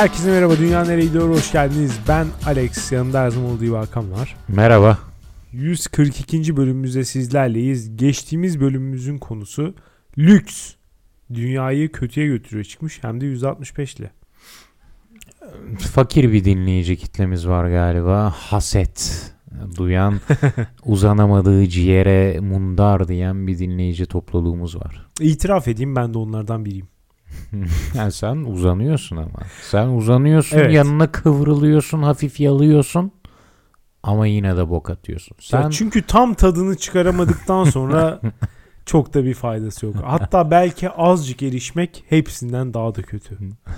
Herkese merhaba. Dünya nereye gidiyor? Hoş geldiniz. Ben Alex. Yanımda her zaman olduğu gibi Hakan var. Merhaba. 142. bölümümüzde sizlerleyiz. Geçtiğimiz bölümümüzün konusu lüks. Dünyayı kötüye götürüyor çıkmış. Hem de 165 ile. Fakir bir dinleyici kitlemiz var galiba. Haset duyan, uzanamadığı ciğere mundar diyen bir dinleyici topluluğumuz var. İtiraf edeyim, ben de onlardan biriyim. Yani sen uzanıyorsun ama. Sen uzanıyorsun, evet. Yanına kıvrılıyorsun, hafif yalıyorsun ama yine de bok atıyorsun. Sen... çünkü tam tadını çıkaramadıktan sonra çok da bir faydası yok. Hatta belki azıcık erişmek hepsinden daha da kötü.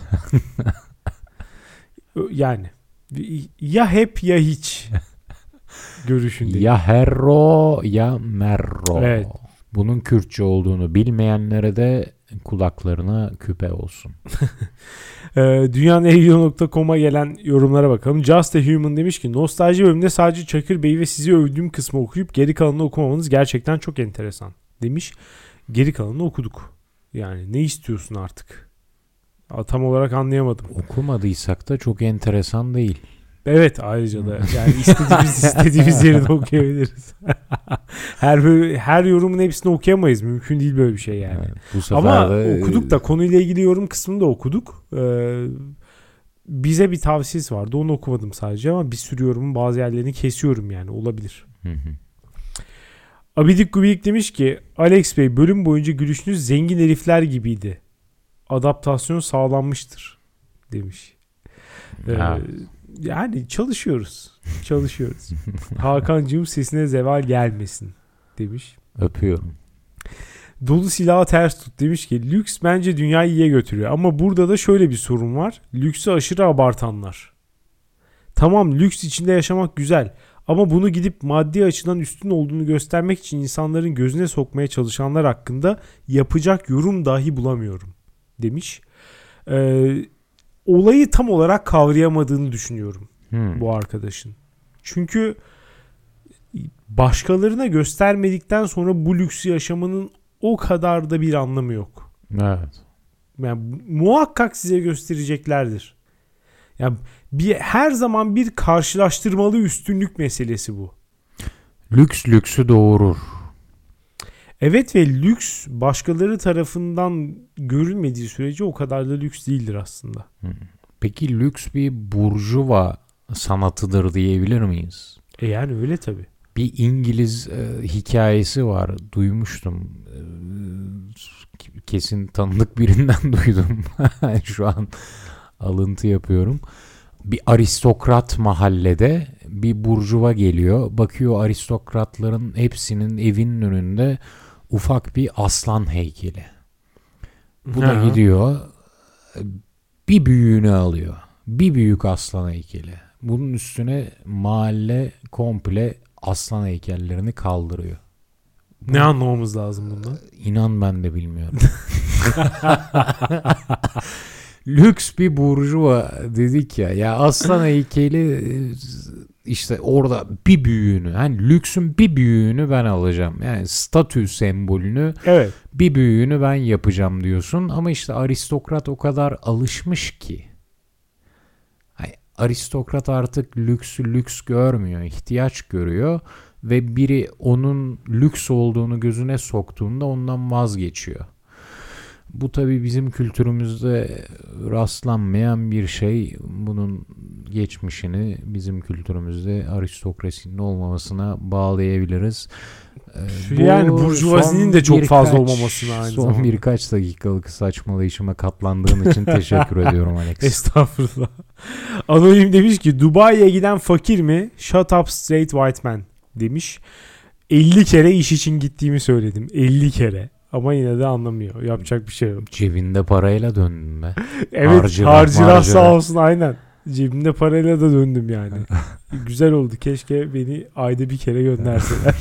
Yani ya hep ya hiç görüşündeyim. Ya herro ya merro. Evet. Bunun Kürtçe olduğunu bilmeyenlere de kulaklarına küpe olsun. Dünyaneregidiyor.com'a gelen yorumlara bakalım. Just a Human demiş ki nostalji bölümünde sadece Çakır Bey ve sizi övdüğüm kısmı okuyup geri kalanını okumamanız gerçekten çok enteresan demiş. Geri kalanını okuduk. Yani ne istiyorsun artık? Tam olarak anlayamadım. Okumadıysak da çok enteresan değil. Evet, ayrıca da yani istediğimiz yerinde okuyabiliriz. her yorumun hepsini okuyamayız. Mümkün değil böyle bir şey yani. Evet, bu sefer ama de... okuduk da konuyla ilgili yorum kısmını da okuduk. Bize bir tavsiyesi vardı. Onu okumadım sadece ama bir sürü yorumun bazı yerlerini kesiyorum yani. Olabilir. Abidik Gubidik demiş ki Alex Bey, bölüm boyunca gülüşünüz zengin herifler gibiydi. Adaptasyon sağlanmıştır demiş. Yani çalışıyoruz. Hakan'cığım sesine zeval gelmesin demiş. Öpüyorum. Dolu silahı ters tut demiş ki lüks bence dünyayı iyiye götürüyor. Ama burada da şöyle bir sorun var. Lüksü aşırı abartanlar. Tamam, lüks içinde yaşamak güzel. Ama bunu gidip maddi açıdan üstün olduğunu göstermek için insanların gözüne sokmaya çalışanlar hakkında yapacak yorum dahi bulamıyorum demiş. Olayı tam olarak kavrayamadığını düşünüyorum bu arkadaşın. Çünkü başkalarına göstermedikten sonra bu lüksü yaşamanın o kadar da bir anlamı yok. Evet. Yani muhakkak size göstereceklerdir. Yani her zaman bir karşılaştırmalı üstünlük meselesi bu. Lüks lüksü doğurur. Evet ve lüks başkaları tarafından görülmediği sürece o kadar da lüks değildir aslında. Peki lüks bir burjuva sanatıdır diyebilir miyiz? Yani öyle tabii. Bir İngiliz hikayesi var. Duymuştum. Kesin tanıdık birinden duydum. Şu an alıntı yapıyorum. Bir aristokrat mahallede bir burjuva geliyor. Bakıyor aristokratların hepsinin evinin önünde ufak bir aslan heykeli. Bu da gidiyor bir büyüğünü alıyor. Bir büyük aslan heykeli. Bunun üstüne mahalle komple aslan heykellerini kaldırıyor. Ne anlamamız lazım bundan? İnan ben de bilmiyorum. Lüks bir burjuva dedik ya. Ya aslan heykeli işte orada bir büyüğünü, hani lüksün bir büyüğünü ben alacağım. Yani statü sembolünü, evet, bir büyüğünü ben yapacağım diyorsun. Ama işte aristokrat o kadar alışmış ki. Aristokrat artık lüksü lüks görmüyor, ihtiyaç görüyor ve biri onun lüks olduğunu gözüne soktuğunda ondan vazgeçiyor. Bu tabii bizim kültürümüzde rastlanmayan bir şey. Bunun geçmişini bizim kültürümüzde aristokrasinin olmamasına bağlayabiliriz. Yani burjuvazinin de çok fazla olmamasına aynı zamanda. Son birkaç dakikalık saçmalayışıma katlandığın için teşekkür ediyorum Alex. Estağfurullah. Anonim demiş ki Dubai'ye giden fakir mi? Shut up straight white man demiş. 50 kere iş için gittiğimi söyledim. 50 kere. Ama yine de anlamıyor. Yapacak bir şey yok. Cebinde parayla döndün be. Evet, harcıra sağ olsun, aynen. Cebimde parayla da döndüm yani. Güzel oldu. Keşke beni ayda bir kere gönderseler.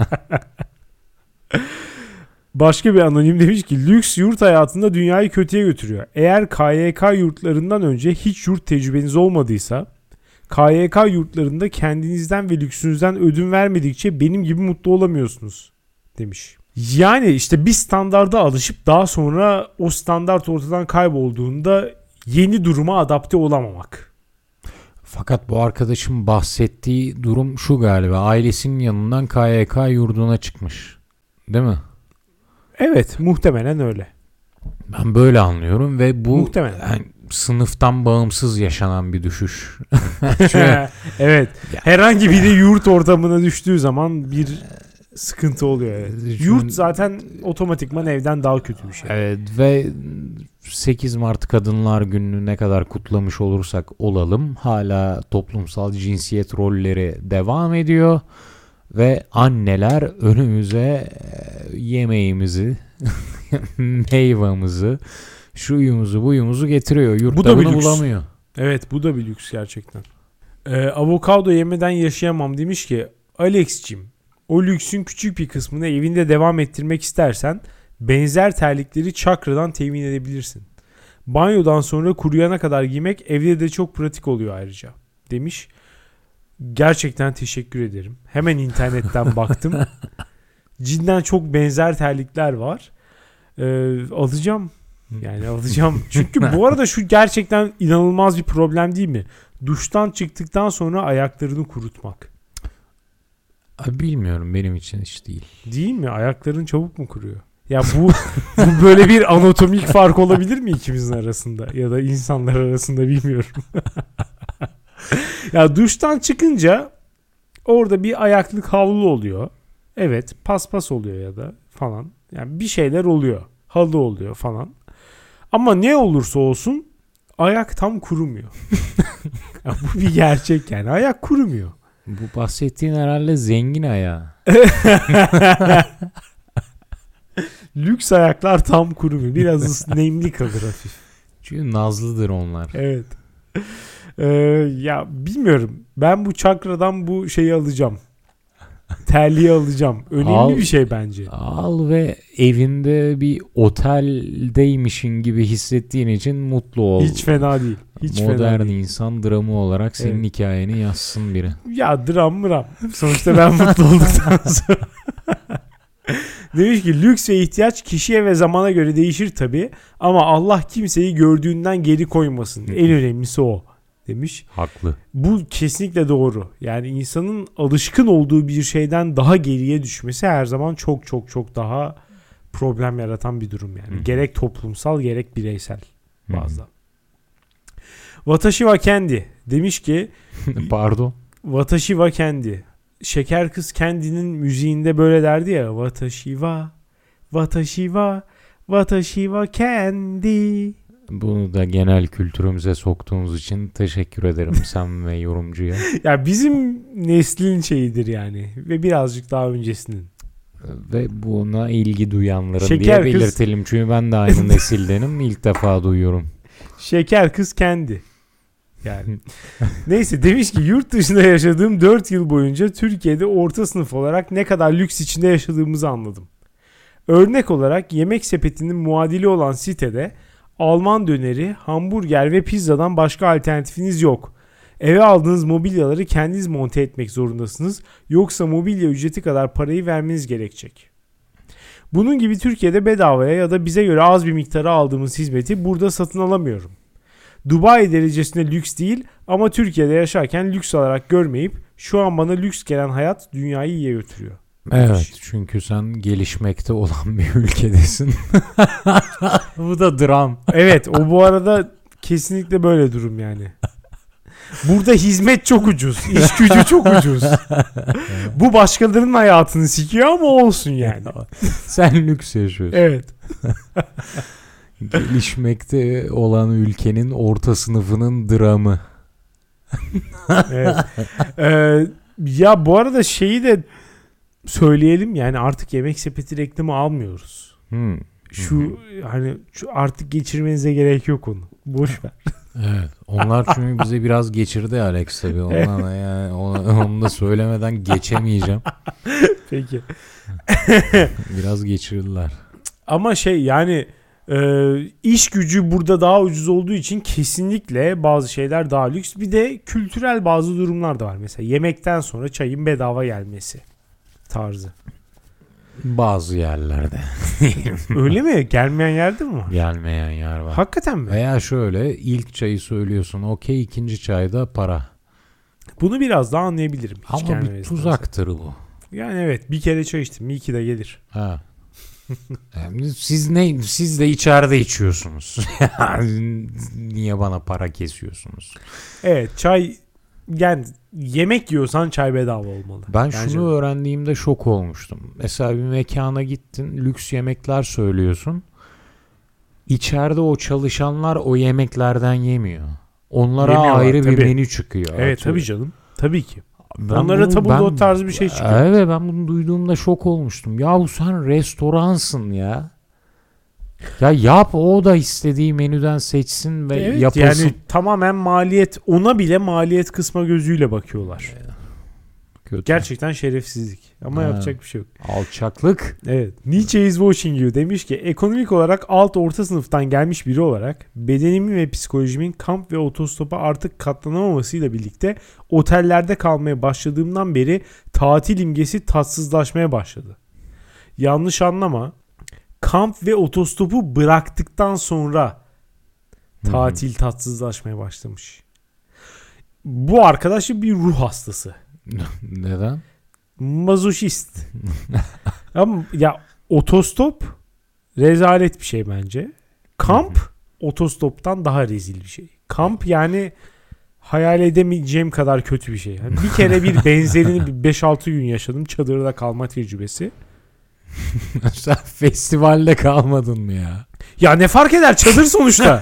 Başka bir anonim demiş ki lüks yurt hayatında dünyayı kötüye götürüyor. Eğer KYK yurtlarından önce hiç yurt tecrübeniz olmadıysa KYK yurtlarında kendinizden ve lüksünüzden ödün vermedikçe benim gibi mutlu olamıyorsunuz demiş. Yani işte bir standarda alışıp daha sonra o standart ortadan kaybolduğunda Yeni duruma adapte olamamak. Fakat bu arkadaşım bahsettiği durum şu galiba. Ailesinin yanından KYK yurduna çıkmış. Değil mi? Evet, muhtemelen öyle. Ben böyle anlıyorum ve bu Muhtemelen. yani sınıftan bağımsız yaşanan bir düşüş. Evet. Herhangi biri yurt ortamına düştüğü zaman bir sıkıntı oluyor. Evet. Yurt zaten otomatikman evden daha kötü bir şey. Evet ve 8 Mart Kadınlar Günü'nü ne kadar kutlamış olursak olalım hala toplumsal cinsiyet rolleri devam ediyor ve anneler önümüze yemeğimizi, meyvamızı, şuyumuzu buyumuzu getiriyor. Yurtta Bu da bir bunu lüks. bulamıyor. Evet, bu da bir lüks gerçekten. Avokado yemeden yaşayamam demiş ki Alex'cim, o lüksün küçük bir kısmını evinde devam ettirmek istersen benzer terlikleri Çakra'dan temin edebilirsin. Banyodan sonra kuruyana kadar giymek evde de çok pratik oluyor ayrıca demiş. Gerçekten teşekkür ederim. Hemen internetten baktım. Cidden çok benzer terlikler var. Alacağım. Yani alacağım. Çünkü bu arada şu gerçekten inanılmaz bir problem değil mi? Duştan çıktıktan sonra ayaklarını kurutmak. Abi bilmiyorum, benim için hiç değil. Değil mi? Ayakların çabuk mu kuruyor? Ya bu böyle bir anatomik fark olabilir mi ikimizin arasında ya da insanlar arasında bilmiyorum. Ya duştan çıkınca orada bir ayaklık havlu oluyor. Evet, paspas oluyor ya da falan. Yani bir şeyler oluyor. Halı oluyor falan. Ama ne olursa olsun ayak tam kurumuyor. Ya bu bir gerçek yani. Ayak kurumuyor. Bu bahsettiğin herhalde zengin ayağı. Lüks ayaklar tam kurumuyor. Biraz nemli kalır hafif. Çünkü nazlıdır onlar. Evet. Ya bilmiyorum. Ben bu Çakra'dan bu şeyi alacağım. Terliği alacağım. Önemli bir şey bence. Al ve evinde bir oteldeymişin gibi hissettiğin için mutlu ol. Hiç fena değil. Hiç Modern fena değil. insan dramı olarak senin Evet. hikayeni yazsın biri. Ya dram. Sonuçta ben mutlu olduktan sonra. Demiş ki lüks ve ihtiyaç kişiye ve zamana göre değişir tabii. Ama Allah kimseyi gördüğünden geri koymasın. En önemlisi o demiş. Haklı. Bu kesinlikle doğru. Yani insanın alışkın olduğu bir şeyden daha geriye düşmesi her zaman çok çok çok daha problem yaratan bir durum yani. Hı. Gerek toplumsal gerek bireysel bazda. Watashi wa Kendi demiş ki Pardon. Watashi wa Kendi. Şeker Kız Kendi'nin müziğinde böyle derdi ya. Watashi wa Kendi. Bunu da genel kültürümüze soktuğunuz için teşekkür ederim sen ve yorumcuya. Ya bizim neslin şeyidir yani. Ve birazcık daha öncesinin. Ve buna ilgi duyanların Şeker diye Kız- belirtelim. Çünkü ben de aynı nesildenim. İlk defa duyuyorum. Şeker Kız Kendi. Yani. Neyse demiş ki yurt dışında yaşadığım 4 yıl boyunca Türkiye'de orta sınıf olarak ne kadar lüks içinde yaşadığımızı anladım. Örnek olarak Yemek Sepeti'nin muadili olan sitede Alman döneri, hamburger ve pizzadan başka alternatifiniz yok. Eve aldığınız mobilyaları kendiniz monte etmek zorundasınız. Yoksa mobilya ücreti kadar parayı vermeniz gerekecek. Bunun gibi Türkiye'de bedavaya ya da bize göre az bir miktara aldığımız hizmeti burada satın alamıyorum. Dubai derecesinde lüks değil ama Türkiye'de yaşarken lüks olarak görmeyip şu an bana lüks gelen hayat dünyayı iyiye götürüyor. Evet, çünkü sen gelişmekte olan bir ülkedesin. Bu da dram. Evet, o bu arada kesinlikle böyle durum yani. Burada hizmet çok ucuz. İş gücü çok ucuz. Bu başkalarının hayatını sikiyor ama olsun yani. Sen lüks yaşıyorsun. Evet. Gelişmekte olan ülkenin orta sınıfının dramı. Evet. Ya bu arada şeyi de söyleyelim yani artık Yemek Sepeti reklamı almıyoruz. Şu hani artık geçirmenize gerek yok onu. Boş ver. Evet. Onlar çünkü bize biraz geçirdi Alex tabii. Ondan yani onu da söylemeden geçemeyeceğim. Peki. Biraz geçirdiler. Ama şey yani iş gücü burada daha ucuz olduğu için kesinlikle bazı şeyler daha lüks. Bir de kültürel bazı durumlar da var. Mesela yemekten sonra çayın bedava gelmesi tarzı. Bazı yerlerde. Öyle mi? Gelmeyen yerde mi var? Gelmeyen yer var. Hakikaten mi? Veya şöyle ilk çayı söylüyorsun okey, ikinci çayda para. Bunu biraz daha anlayabilirim. Hiç Ama bir gelmemesinden sonra. tuzaktır bu. Yani evet, bir kere çay içtim. İyi ki de gelir. Ha. Yani siz de içeride içiyorsunuz. Niye bana para kesiyorsunuz? Evet, çay, yani yemek yiyorsan çay bedava olmalı. Ben Bence şunu de. öğrendiğimde şok olmuştum. Mesela bir mekana gittin, lüks yemekler söylüyorsun. İçeride o çalışanlar o yemeklerden yemiyor. Onlara Yemiyorlar, ayrı bir tabii. menü çıkıyor. Evet atıyorum. tabii canım. Tabii ki. Ben Onlara tabuda o tarz bir şey çıkıyor. Evet, ben bunu duyduğumda şok olmuştum. Yahu sen restoransın ya. Ya yap, o da istediği menüden seçsin ve Evet, yapılsın. yani tamamen maliyet, ona bile maliyet kısma gözüyle bakıyorlar. Kötü. Gerçekten şerefsizlik. Ama Ha. yapacak bir şey yok. Alçaklık. Evet. Nietzsche is watching you demiş ki ekonomik olarak alt orta sınıftan gelmiş biri olarak bedenimin ve psikolojimin kamp ve otostopa artık katlanamamasıyla birlikte otellerde kalmaya başladığımdan beri tatil imgesi tatsızlaşmaya başladı. Yanlış anlama. Kamp ve otostopu bıraktıktan sonra tatil tatsızlaşmaya başlamış. Bu arkadaş bir ruh hastası. Neden? Mazoşist. Ama ya otostop rezalet bir şey bence. Kamp otostoptan daha rezil bir şey. Kamp yani hayal edemeyeceğim kadar kötü bir şey. Yani bir kere bir benzerini 5-6 gün yaşadım. Çadırda kalma tecrübesi. Sen festivalde kalmadın mı ya? Ya ne fark eder, çadır sonuçta.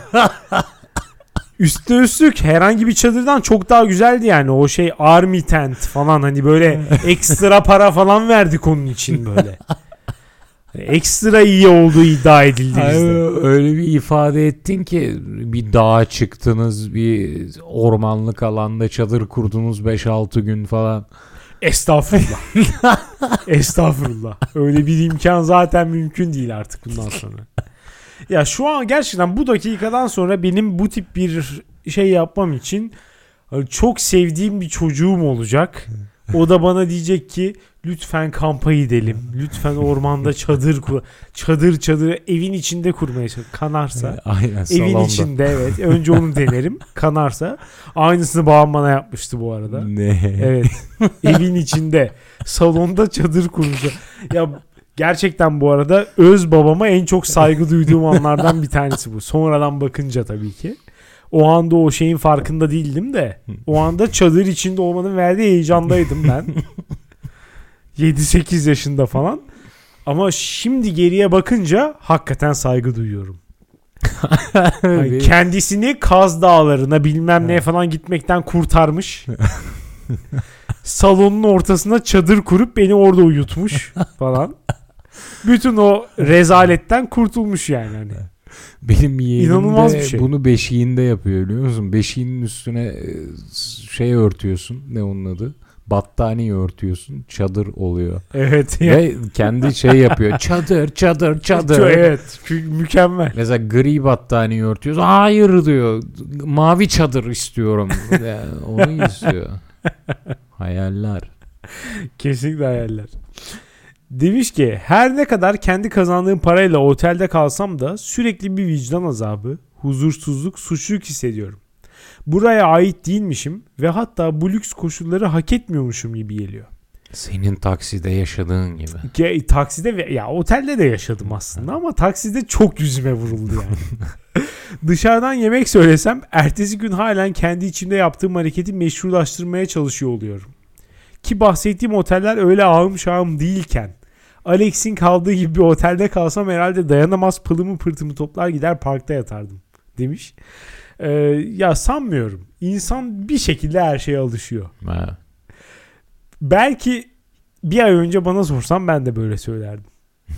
Üstüne üstlük herhangi bir çadırdan çok daha güzeldi yani. O şey army tent falan, hani böyle ekstra para falan verdik onun için böyle. Ekstra iyi olduğu iddia edildi bizde. Öyle bir ifade ettin ki bir dağa çıktınız, bir ormanlık alanda çadır kurdunuz 5-6 gün falan. Estağfurullah. Estağfurullah. Öyle bir imkan zaten mümkün değil artık bundan sonra. Ya şu an gerçekten bu dakikadan sonra benim bu tip bir şey yapmam için çok sevdiğim bir çocuğum olacak. O da bana diyecek ki lütfen kampa gidelim. Lütfen ormanda çadır evin içinde kurmaya çalış. Kanarsa. Aynen, Evin salonda. içinde, evet. Önce onu denerim. Kanarsa. Aynısını babam bana yapmıştı bu arada. Ne? Evet. Evin içinde. Salonda çadır kurmuş. Ya gerçekten bu arada öz babama en çok saygı duyduğum anlardan bir tanesi bu. Sonradan bakınca tabii ki. O anda o şeyin farkında değildim de. O anda çadır içinde olmanın verdiği heyecandaydım ben. 7-8 yaşında falan. Ama şimdi geriye bakınca hakikaten saygı duyuyorum. Yani kendisini Kaz Dağları'na bilmem neye falan gitmekten kurtarmış. Salonun ortasına çadır kurup beni orada uyutmuş falan. Bütün o rezaletten kurtulmuş yani. Hani. Benim yeğenim İnanılmaz de bir şey. bunu beşiğinde yapıyor, biliyor musun? Beşiğinin üstüne şey örtüyorsun. Ne onun adı? Battaniye örtüyorsun. Çadır oluyor. Evet. Ve kendi şey yapıyor. Çadır. Evet. Mükemmel. Mesela gri battaniye örtüyoruz. Hayır diyor. Mavi çadır istiyorum. Yani onu istiyor. Hayaller. Kesinlikle hayaller. Demiş ki her ne kadar kendi kazandığım parayla otelde kalsam da sürekli bir vicdan azabı, huzursuzluk, suçluluk hissediyorum. Buraya ait değilmişim ve hatta bu lüks koşulları hak etmiyormuşum gibi geliyor. Senin takside yaşadığın gibi. Takside ya otelde de yaşadım aslında ama takside çok yüzüme vuruldu yani. Dışarıdan yemek söylesem ertesi gün halen kendi içimde yaptığım hareketi meşrulaştırmaya çalışıyor oluyorum. Ki bahsettiğim oteller öyle ağım şağım değilken Alex'in kaldığı gibi bir otelde kalsam herhalde dayanamaz pılımı pırtımı toplar gider parkta yatardım demiş. Ya sanmıyorum. İnsan bir şekilde her şeye alışıyor. Ha. Belki bir ay önce bana sorsam ben de böyle söylerdim.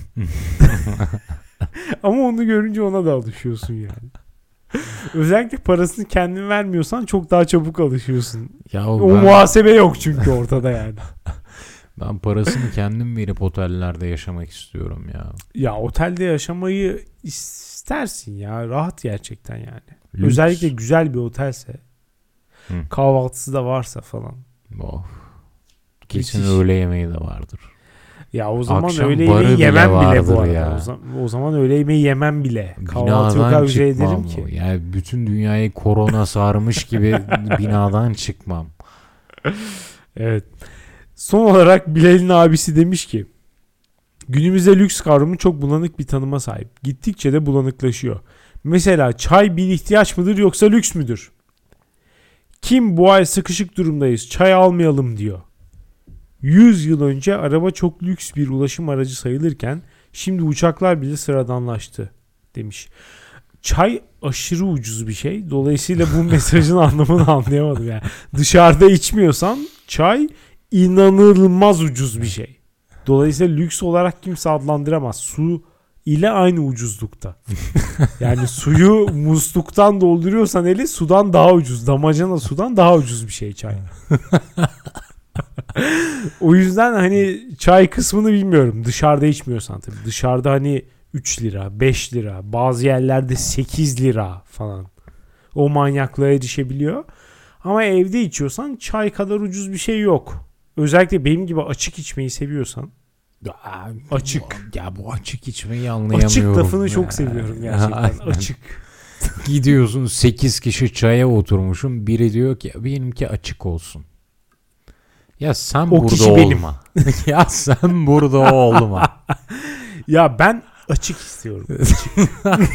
Ama onu görünce ona da alışıyorsun yani. Özellikle parasını kendin vermiyorsan çok daha çabuk alışıyorsun. Ya O muhasebe yok çünkü ortada yani. Ben parasını kendim verip otellerde yaşamak istiyorum ya. Ya otelde yaşamayı istersin ya. Rahat gerçekten yani. Lüks. Özellikle güzel bir otelse. Hı. Kahvaltısı da varsa falan. Of. Kesin Müthiş. öğle yemeği de vardır. Ya o zaman Akşam öğle barı yemeği bile yemem bile vardır bu arada. ya. O zaman öğle yemeği yemem bile. Kahvaltı o Binadan kadar güzel çıkmam. ederim ki. Yani bütün dünyayı korona sarmış gibi binadan çıkmam. Evet. Son olarak Bilal'in abisi demiş ki günümüzde lüks kavramı çok bulanık bir tanıma sahip. Gittikçe de bulanıklaşıyor. Mesela çay bir ihtiyaç mıdır yoksa lüks müdür? Kim bu ay sıkışık durumdayız çay almayalım diyor. 100 yıl önce araba çok lüks bir ulaşım aracı sayılırken şimdi uçaklar bile sıradanlaştı demiş. Çay aşırı ucuz bir şey. Dolayısıyla bu mesajın anlamını anlayamadım yani. Dışarıda içmiyorsan çay inanılmaz ucuz bir şey. Dolayısıyla lüks olarak kimse adlandıramaz. Su ile aynı ucuzlukta. Yani suyu musluktan dolduruyorsan eli sudan daha ucuz. Damacana sudan daha ucuz bir şey çay. O yüzden hani çay kısmını bilmiyorum. Dışarıda içmiyorsan tabii. Dışarıda hani 3 lira, 5 lira, bazı yerlerde 8 lira falan. O manyaklığa erişebiliyor. Ama evde içiyorsan çay kadar ucuz bir şey yok. Özellikle benim gibi açık içmeyi seviyorsan. Açık. Ya bu açık içmeyi anlayamıyorum. Açık lafını ya. çok seviyorum gerçekten. Açık. Gidiyorsun 8 kişi çaya oturmuşum. Biri diyor ki benimki açık olsun. Ya sen O kişi burada benim. olma. Ya sen burada olma. Ya ben açık istiyorum. Açık.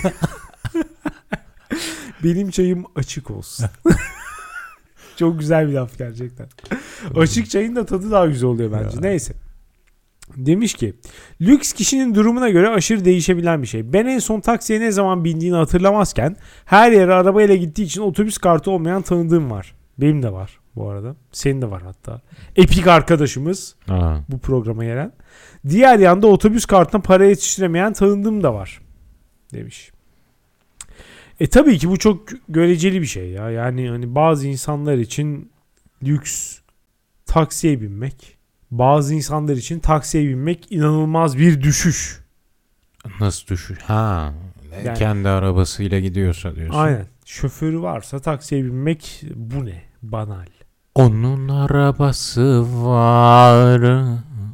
Benim çayım açık olsun. Çok güzel bir laf gerçekten. Açık çayın da tadı daha güzel oluyor bence. Ya. Neyse. Demiş ki lüks kişinin durumuna göre aşırı değişebilen bir şey. Ben en son taksiye ne zaman bindiğini hatırlamazken her yere arabayla gittiği için otobüs kartı olmayan tanıdığım var. Benim de var bu arada. Senin de var hatta. Epik arkadaşımız bu programa gelen. Diğer yanda otobüs kartına para yetiştiremeyen tanıdığım da var demiş. Tabii ki bu çok göreceli bir şey ya. Yani hani bazı insanlar için lüks taksiye binmek, bazı insanlar için taksiye binmek inanılmaz bir düşüş. Nasıl düşün? Ha. Yani- Kendi arabasıyla gidiyorsa diyorsun. Aynen. Şoförü varsa taksiye binmek bu ne? Banal. Onun arabası var.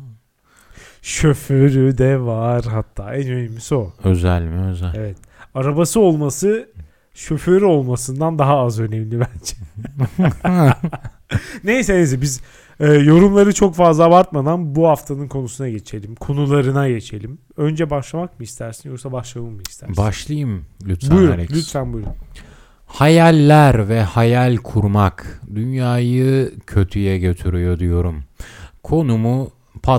Şoförü de var hatta. En önemlisi o. Özel mi özel? Evet. Arabası olması şoförü olmasından daha az önemli bence. Neyse biz yorumları çok fazla abartmadan bu haftanın konusuna geçelim. Konularına geçelim. Önce başlamak mı istersin yoksa başlayalım mı istersin? Başlayayım lütfen Buyurun. Alex. Lütfen buyurun. Hayaller ve hayal kurmak dünyayı kötüye götürüyor diyorum. Konumu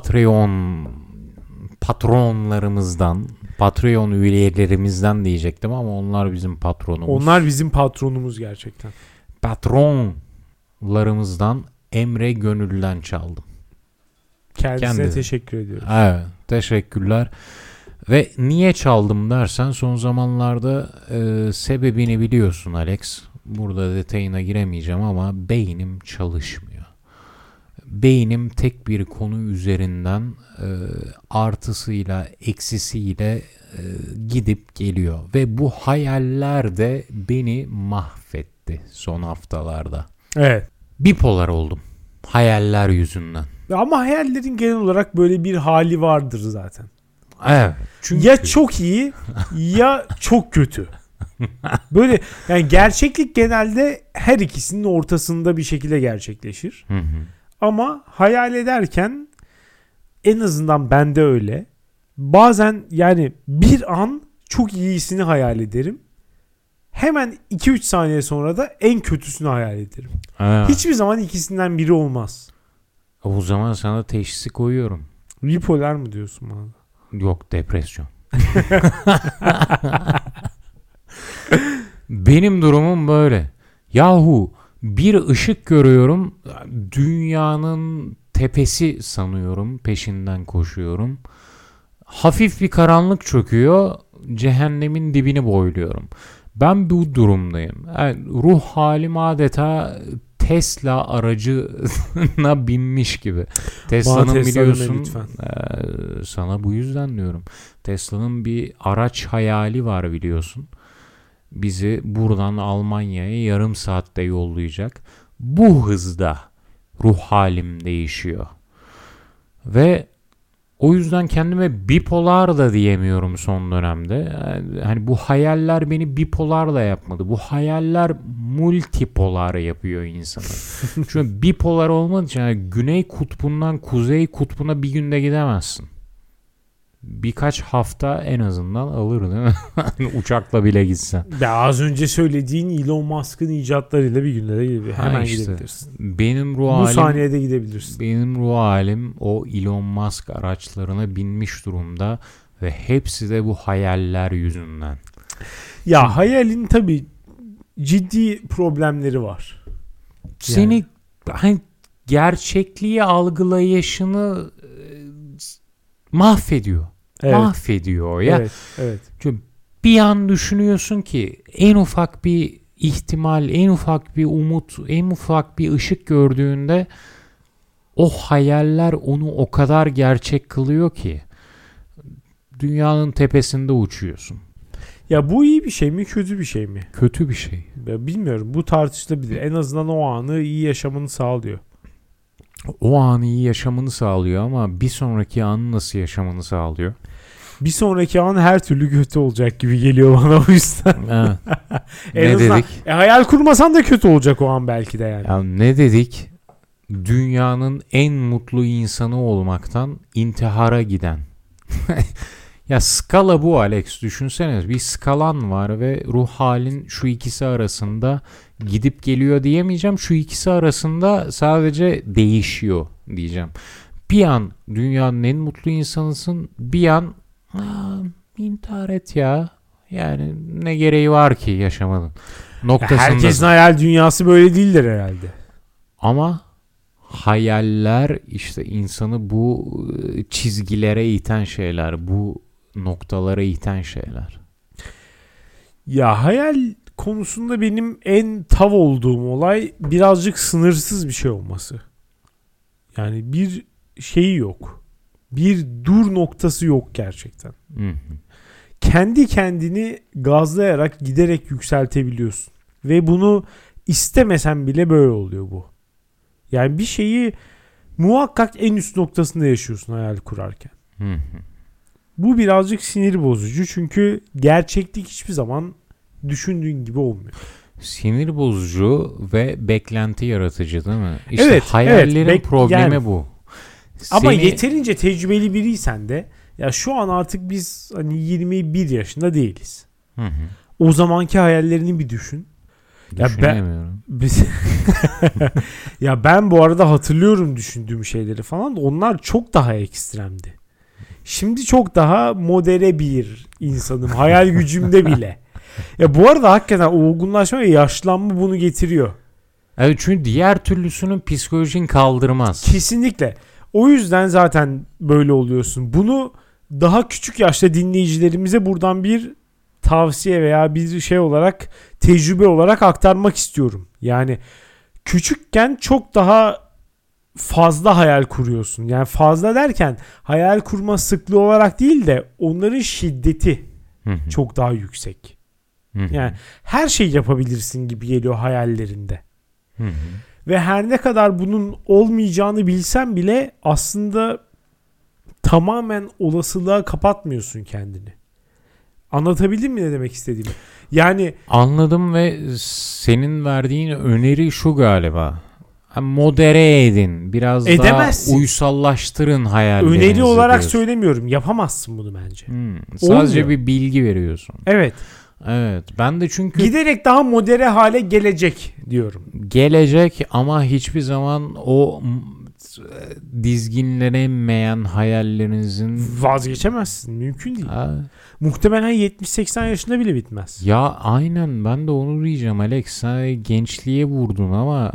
Patreon üyelerimizden diyecektim ama onlar bizim patronumuz. Onlar bizim patronumuz gerçekten. Patronlarımızdan Emre Gönül'den çaldım. Kendisine Kendi. teşekkür ediyoruz. Evet, teşekkürler. Ve niye çaldım dersen son zamanlarda sebebini biliyorsun Alex. Burada detayına giremeyeceğim ama beynim çalışmıyor. Beynim tek bir konu üzerinden artısıyla eksisiyle gidip geliyor. Ve bu hayaller de beni mahvetti son haftalarda. Evet. Bipolar oldum hayaller yüzünden. Ama hayallerin genel olarak böyle bir hali vardır zaten. Evet. Çünkü Ya çok iyi ya çok kötü. Böyle yani gerçeklik genelde her ikisinin ortasında bir şekilde gerçekleşir. Hı hı. Ama hayal ederken en azından bende öyle. Bazen yani bir an çok iyisini hayal ederim. Hemen 2-3 saniye sonra da en kötüsünü hayal ederim. Ha. Hiçbir zaman ikisinden biri olmaz. O zaman sana teşhisi koyuyorum. Bipolar mı diyorsun bana? Yok, depresyon. Benim durumum böyle. Yahu bir ışık görüyorum. Dünyanın tepesi sanıyorum. Peşinden koşuyorum. Hafif bir karanlık çöküyor. Cehennemin dibini boyluyorum. Ben bu durumdayım. Yani ruh halim adeta Tesla aracına binmiş gibi. Tesla'nın Tesla biliyorsun deme lütfen. sana bu yüzden diyorum. Tesla'nın bir araç hayali var biliyorsun. Bizi buradan Almanya'ya yarım saatte yollayacak. Bu hızda ruh halim değişiyor. Ve O yüzden kendime bipolar da diyemiyorum son dönemde. Hani bu hayaller beni bipolar da yapmadı. Bu hayaller multipolar yapıyor insanı. Çünkü bipolar olmadığı için yani güney kutbundan kuzey kutbuna bir günde gidemezsin. Birkaç hafta en azından alır değil mi? Uçakla bile gitsen. Ya az önce söylediğin Elon Musk'ın icatlarıyla bir günde de hemen işte, gidebilirsin. Benim ruh Bu halim, saniyede gidebilirsin. benim ruh halim o Elon Musk araçlarına binmiş durumda ve hepsi de bu hayaller yüzünden. Ya hayalin tabii ciddi problemleri var. Seni hani gerçekliği algılayışını mahvediyor. Evet. Mahvediyor ya. Evet, evet. Çünkü bir an düşünüyorsun ki en ufak bir ihtimal, en ufak bir umut, en ufak bir ışık gördüğünde o hayaller onu o kadar gerçek kılıyor ki dünyanın tepesinde uçuyorsun. Ya bu iyi bir şey mi, kötü bir şey mi? Kötü bir şey. Ya bilmiyorum. Bu tartışılabilir. En azından o anı iyi yaşamanı sağlıyor. O anı iyi yaşamanı sağlıyor ama bir sonraki anı nasıl yaşamanı sağlıyor? Bir sonraki an her türlü kötü olacak gibi geliyor bana o yüzden. Evet. En Ne azından, dedik? hayal kurmasan da kötü olacak o an belki de yani. Ya ne dedik? Dünyanın en mutlu insanı olmaktan intihara giden. Ya skala bu Alex. Düşünsene bir skalan var ve ruh halin şu ikisi arasında gidip geliyor diyemeyeceğim. Şu ikisi arasında sadece değişiyor diyeceğim. Bir an dünyanın en mutlu insanısın. Bir an intihar et ya. Yani ne gereği var ki yaşamanın noktasında. Herkesin hayal dünyası böyle değildir herhalde. Ama hayaller işte insanı bu çizgilere iten şeyler, bu noktalara iten şeyler. Ya hayal konusunda benim en tav olduğum olay birazcık sınırsız bir şey olması. Yani bir şeyi yok. Bir dur noktası yok gerçekten. Hı hı. Kendi kendini gazlayarak giderek yükseltebiliyorsun. Ve bunu istemesen bile böyle oluyor bu. Yani bir şeyi muhakkak en üst noktasında yaşıyorsun hayal kurarken. Hı hı. Bu birazcık sinir bozucu çünkü gerçeklik hiçbir zaman düşündüğün gibi olmuyor. Sinir bozucu ve beklenti yaratıcı değil mi? İşte Evet, hayallerin evet. problemi Yani, bu. ama yeterince tecrübeli biriysen de ya şu an artık biz hani 21 yaşında değiliz. Hı hı. O zamanki hayallerini bir düşün. Düşünemiyorum. Ya ben bu arada hatırlıyorum düşündüğüm şeyleri falan da onlar çok daha ekstremdi. Şimdi çok daha modere bir insanım. Hayal gücümde bile. Ya bu arada hakikaten olgunlaşma ve yaşlanma bunu getiriyor. Evet, çünkü diğer türlüsünün psikolojin kaldırmaz. Kesinlikle. O yüzden zaten böyle oluyorsun. Bunu daha küçük yaşta dinleyicilerimize buradan bir tavsiye veya bir şey olarak, tecrübe olarak aktarmak istiyorum. Yani küçükken çok daha fazla hayal kuruyorsun. Yani fazla derken hayal kurma sıklığı olarak değil de onların şiddeti Hı hı. çok daha yüksek. Hı hı. Yani her şey yapabilirsin gibi geliyor hayallerinde. Hı hı. Ve her ne kadar bunun olmayacağını bilsen bile aslında tamamen olasılığa kapatmıyorsun kendini. Anlatabildim mi ne demek istediğimi? Yani Anladım ve senin verdiğin öneri şu galiba. Modere edin. Biraz Edemezsin. daha uysallaştırın hayallerinizi. öneri olarak diyorsun. söylemiyorum. Yapamazsın bunu bence. Sadece Olmuyor. bir bilgi veriyorsun. Evet. Evet. Ben de çünkü Giderek daha modere hale gelecek diyorum. gelecek ama hiçbir zaman o dizginlenemeyen hayallerinizin Vazgeçemezsin. Mümkün değil. Ha, Muhtemelen 70-80 yaşında bile bitmez. ya aynen ben de onu diyeceğim Alex. Sen gençliğe vurdun ama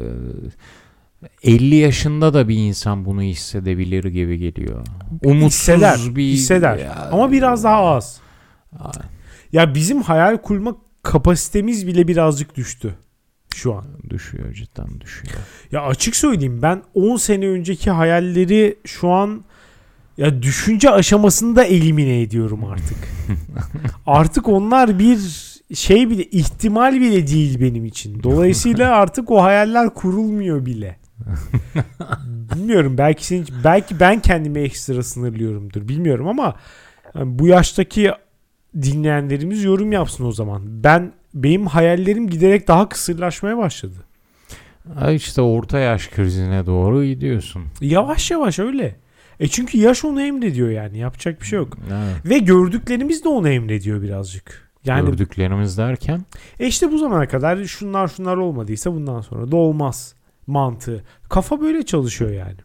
50 yaşında da bir insan bunu hissedebilir gibi geliyor. Umutsuz Hisseder. Ya, Ama biraz daha az. Ya bizim hayal kurma kapasitemiz bile birazcık düştü şu an. düşüyor, cidden düşüyor. Ya açık söyleyeyim, ben 10 sene önceki hayalleri şu an ya düşünce aşamasında elimine ediyorum artık. Artık onlar bir şey bile, ihtimal bile değil benim için. Dolayısıyla artık o hayaller kurulmuyor bile. Bilmiyorum, belki ben kendimi ekstra sınırlıyorumdur. Bilmiyorum ama bu yaştaki dinleyenlerimiz yorum yapsın o zaman. Benim hayallerim giderek daha kısırlaşmaya başladı. İşte orta yaş krizine doğru gidiyorsun. Yavaş yavaş öyle. Çünkü yaş onu emrediyor yani. Yapacak bir şey yok. Evet. Ve gördüklerimiz de onu emrediyor birazcık. Yani Gördüklerimiz derken? işte bu zamana kadar şunlar olmadıysa bundan sonra da olmaz mantığı. Kafa böyle çalışıyor yani.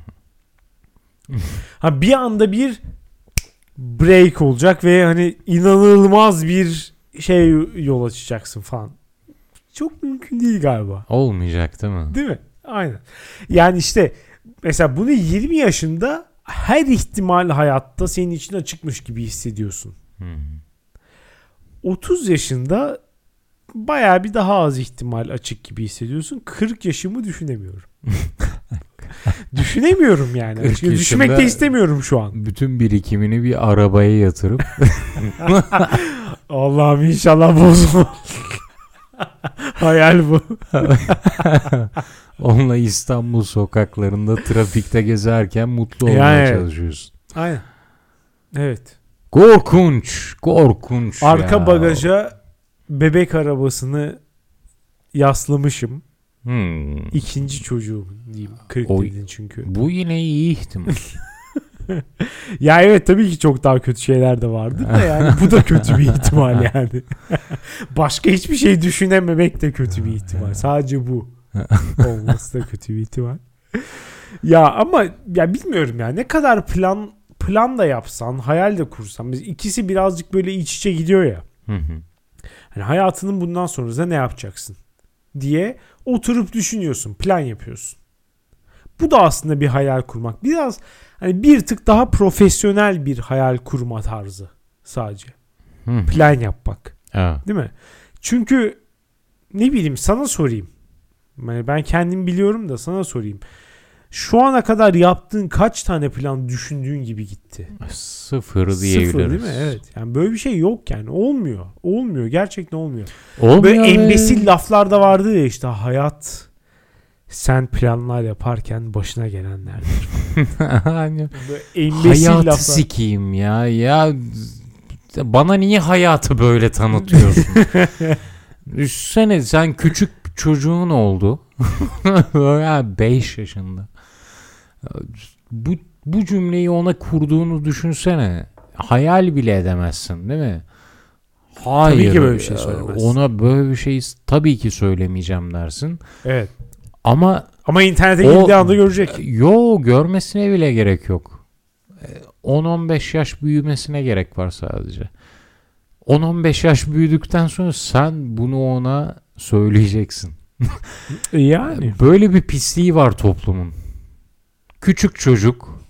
Bir anda bir break olacak ve hani inanılmaz bir şey yol açacaksın falan. Çok mümkün değil galiba. Olmayacak değil mi? Değil mi? Aynen. Yani işte mesela bunu 20 yaşında her ihtimal hayatta senin için açıkmış gibi hissediyorsun. 30 yaşında bayağı bir daha az ihtimal açık gibi hissediyorsun. 40 yaşımı düşünemiyorum. Düşünemiyorum yani. Düşünmek de istemiyorum şu an. Bütün birikimini bir arabaya yatırıp Allah'ım inşallah bozma. Hayal bu. onunla İstanbul sokaklarında trafikte gezerken mutlu olmaya çalışıyorsun. Aynen. Evet. Korkunç Arka ya. bagaja bebek arabasını yaslamışım. İkinci çocuğum diyeyim. 40 dedin çünkü. Bu yine iyi ihtimal. Ya evet, tabii ki çok daha kötü şeyler de vardır da yani bu da kötü bir ihtimal yani. Başka hiçbir şey düşünememek de kötü bir ihtimal. Sadece bu olması da kötü bir ihtimal. Ya ama ya bilmiyorum ya, ne kadar plan da yapsan, hayal de kursan, biz ikisi birazcık böyle iç içe gidiyor ya. Hani hayatının bundan sonra ne yapacaksın diye oturup düşünüyorsun, plan yapıyorsun. Bu da aslında bir hayal kurmak. Biraz hani bir tık daha profesyonel bir hayal kurma tarzı sadece. Plan yapmak. Evet. Değil mi? Çünkü ne bileyim, sana sorayım. Yani ben kendim biliyorum da sana sorayım. Şu ana kadar yaptığın kaç tane plan düşündüğün gibi gitti? Sıfır diyebiliriz. Sıfır değil mi? Evet. Yani böyle bir şey yok yani. Olmuyor. Olmuyor. Gerçekten olmuyor. Olmuyor böyle embesil laflar da vardı ya, işte hayat sen planlar yaparken başına gelenlerdir. Böyle hayatı laflar. sikeyim ya. Ya bana niye hayatı böyle tanıtıyorsun? Düşünsene, sen küçük çocuğun oldu. 5 yaşında. Bu cümleyi ona kurduğunu düşünsene. Hayal bile edemezsin değil mi? Hayır. Tabii ki böyle bir şey söylemezsin. Ona böyle bir şey tabii ki söylemeyeceğim dersin. Evet. Ama internete girdiği anda görecek. Görmesine bile gerek yok. 10-15 yaş büyümesine gerek var sadece. 10-15 yaş büyüdükten sonra sen bunu ona söyleyeceksin. Yani. Böyle bir pisliği var toplumun. Küçük çocuk,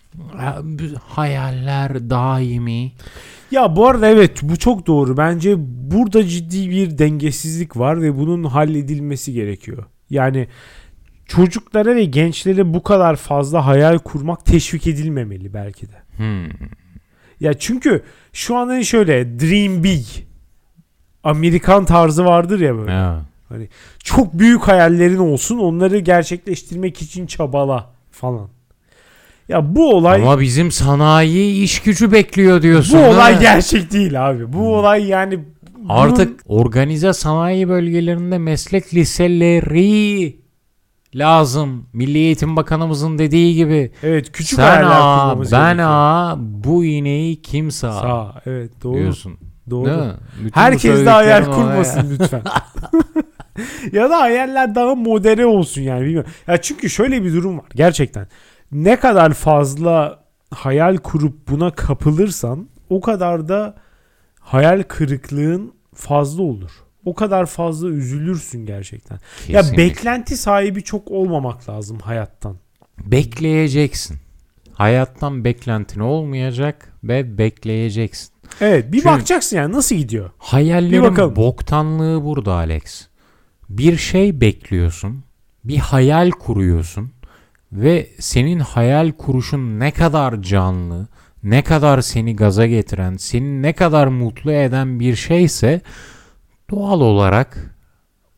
hayaller daimi. Ya bu arada evet, bu çok doğru. Bence burada ciddi bir dengesizlik var ve bunun halledilmesi gerekiyor. Yani çocuklara ve gençlere bu kadar fazla hayal kurmak teşvik edilmemeli belki de. Ya çünkü şu an hani şöyle dream big, Amerikan tarzı vardır ya böyle. Ya. Hani çok büyük hayallerin olsun, onları gerçekleştirmek için çabala falan. Ya bu olay, Ama bizim sanayi iş gücü bekliyor diyorsun. bu olay gerçek değil abi. Bu olay yani artık organize sanayi bölgelerinde meslek liseleri lazım. Milli Eğitim Bakanımızın dediği gibi. evet, küçük Sen hayaller A, kurmamız ben gerekiyor. A, bu iğneyi kim sağ? Sağ, evet, doğru. Diyorsun. Doğru. Değil mi? Bütün Herkes de hayal bu kurmasın lütfen. Ya da hayaller daha modere olsun yani, bilmiyorum. Ya çünkü şöyle bir durum var gerçekten. Ne kadar fazla hayal kurup buna kapılırsan o kadar da hayal kırıklığın fazla olur. O kadar fazla üzülürsün gerçekten. Kesinlikle. Ya beklenti sahibi çok olmamak lazım hayattan. Bekleyeceksin. Hayattan beklentin olmayacak ve bekleyeceksin. Evet, bir Çünkü bakacaksın yani nasıl gidiyor. Bir hayallerin bakalım. boktanlığı burada Alex. Bir şey bekliyorsun, bir hayal kuruyorsun ve senin hayal kuruşun ne kadar canlı, ne kadar seni gaza getiren, seni ne kadar mutlu eden bir şeyse doğal olarak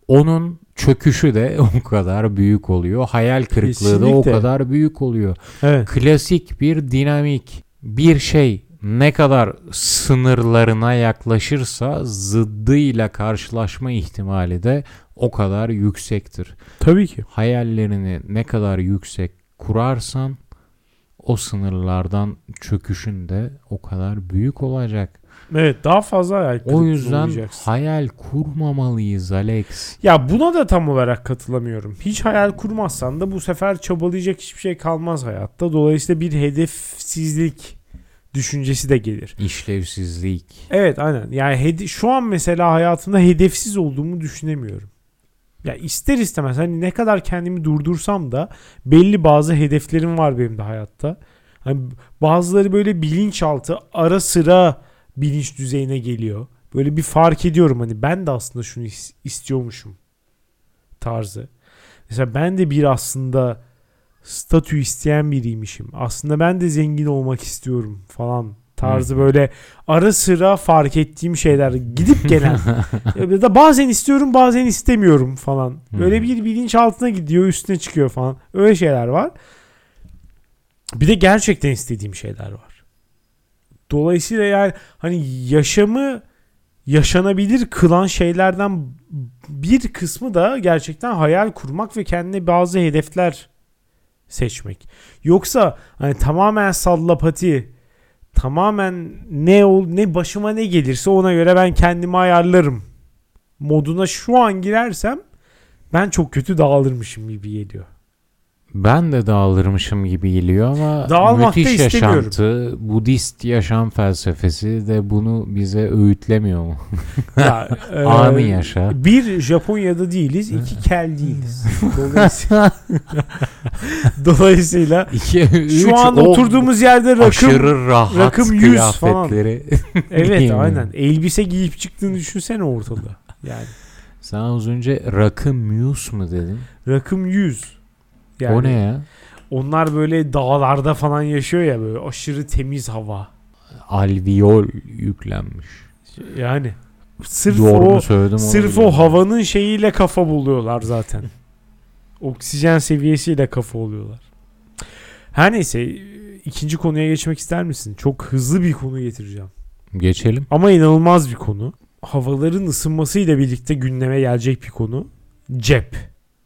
onun çöküşü de o kadar büyük oluyor. Hayal kırıklığı da o Kesinlikle. kadar büyük oluyor. Evet. Klasik bir dinamik. Bir şey ne kadar sınırlarına yaklaşırsa zıddıyla karşılaşma ihtimali de o kadar yüksektir. Tabii ki. Hayallerini ne kadar yüksek kurarsan o sınırlardan çöküşün de o kadar büyük olacak. Evet, daha fazla hayal kırıklığına O yüzden uğrayacaksın. hayal kurmamalıyız Alex. Ya buna da tam olarak katılamıyorum. Hiç hayal kurmazsan da bu sefer çabalayacak hiçbir şey kalmaz hayatta. Dolayısıyla bir hedefsizlik düşüncesi de gelir. İşlevsizlik. Evet, aynen. Yani şu an mesela hayatımda hedefsiz olduğumu düşünemiyorum. Ya ister istemez hani ne kadar kendimi durdursam da belli bazı hedeflerim var benim de hayatta. Hani bazıları böyle bilinçaltı ara sıra bilinç düzeyine geliyor. Böyle bir fark ediyorum hani ben de aslında şunu istiyormuşum tarzı. Mesela ben de bir aslında statü isteyen biriymişim. Aslında ben de zengin olmak istiyorum falan tarzı böyle ara sıra fark ettiğim şeyler gidip gelen. Ya da bazen istiyorum bazen istemiyorum falan. Böyle bir bilinç altına gidiyor üstüne çıkıyor falan. Öyle şeyler var. Bir de gerçekten istediğim şeyler var. Dolayısıyla yani hani yaşamı yaşanabilir kılan şeylerden bir kısmı da gerçekten hayal kurmak ve kendine bazı hedefler seçmek. Yoksa hani tamamen sallapati, tamamen ne başıma ne gelirse ona göre ben kendimi ayarlarım moduna şu an girersem ben çok kötü dağılırmışım gibi geliyor. Ben de dağılırmışım gibi geliyor ama Dağılmak da müthiş istemiyorum. yaşantı, Budist yaşam felsefesi de bunu bize öğütlemiyor mu? Ya, Anı yaşa. Bir Japonya'da değiliz, iki kel değiliz. Dolayısıyla şu an oturduğumuz yerde aşırı rahat rakım 100 falan. kıyafetleri. Evet, aynen. Elbise giyip çıktığını düşünsene ortada. Yani Sen az önce rakım muse mu dedin? rakım 100. Yani O ne ya? onlar böyle dağlarda falan yaşıyor ya, böyle aşırı temiz hava. Alveol yüklenmiş. Yani sırf Doğru o mu söyledim? sırf o havanın şeyiyle kafa buluyorlar zaten. Oksijen seviyesiyle kafa oluyorlar. Her neyse, ikinci konuya geçmek ister misin? Çok hızlı bir konu getireceğim. Geçelim. Ama inanılmaz bir konu. Havaların ısınmasıyla birlikte gündeme gelecek bir konu. Cep.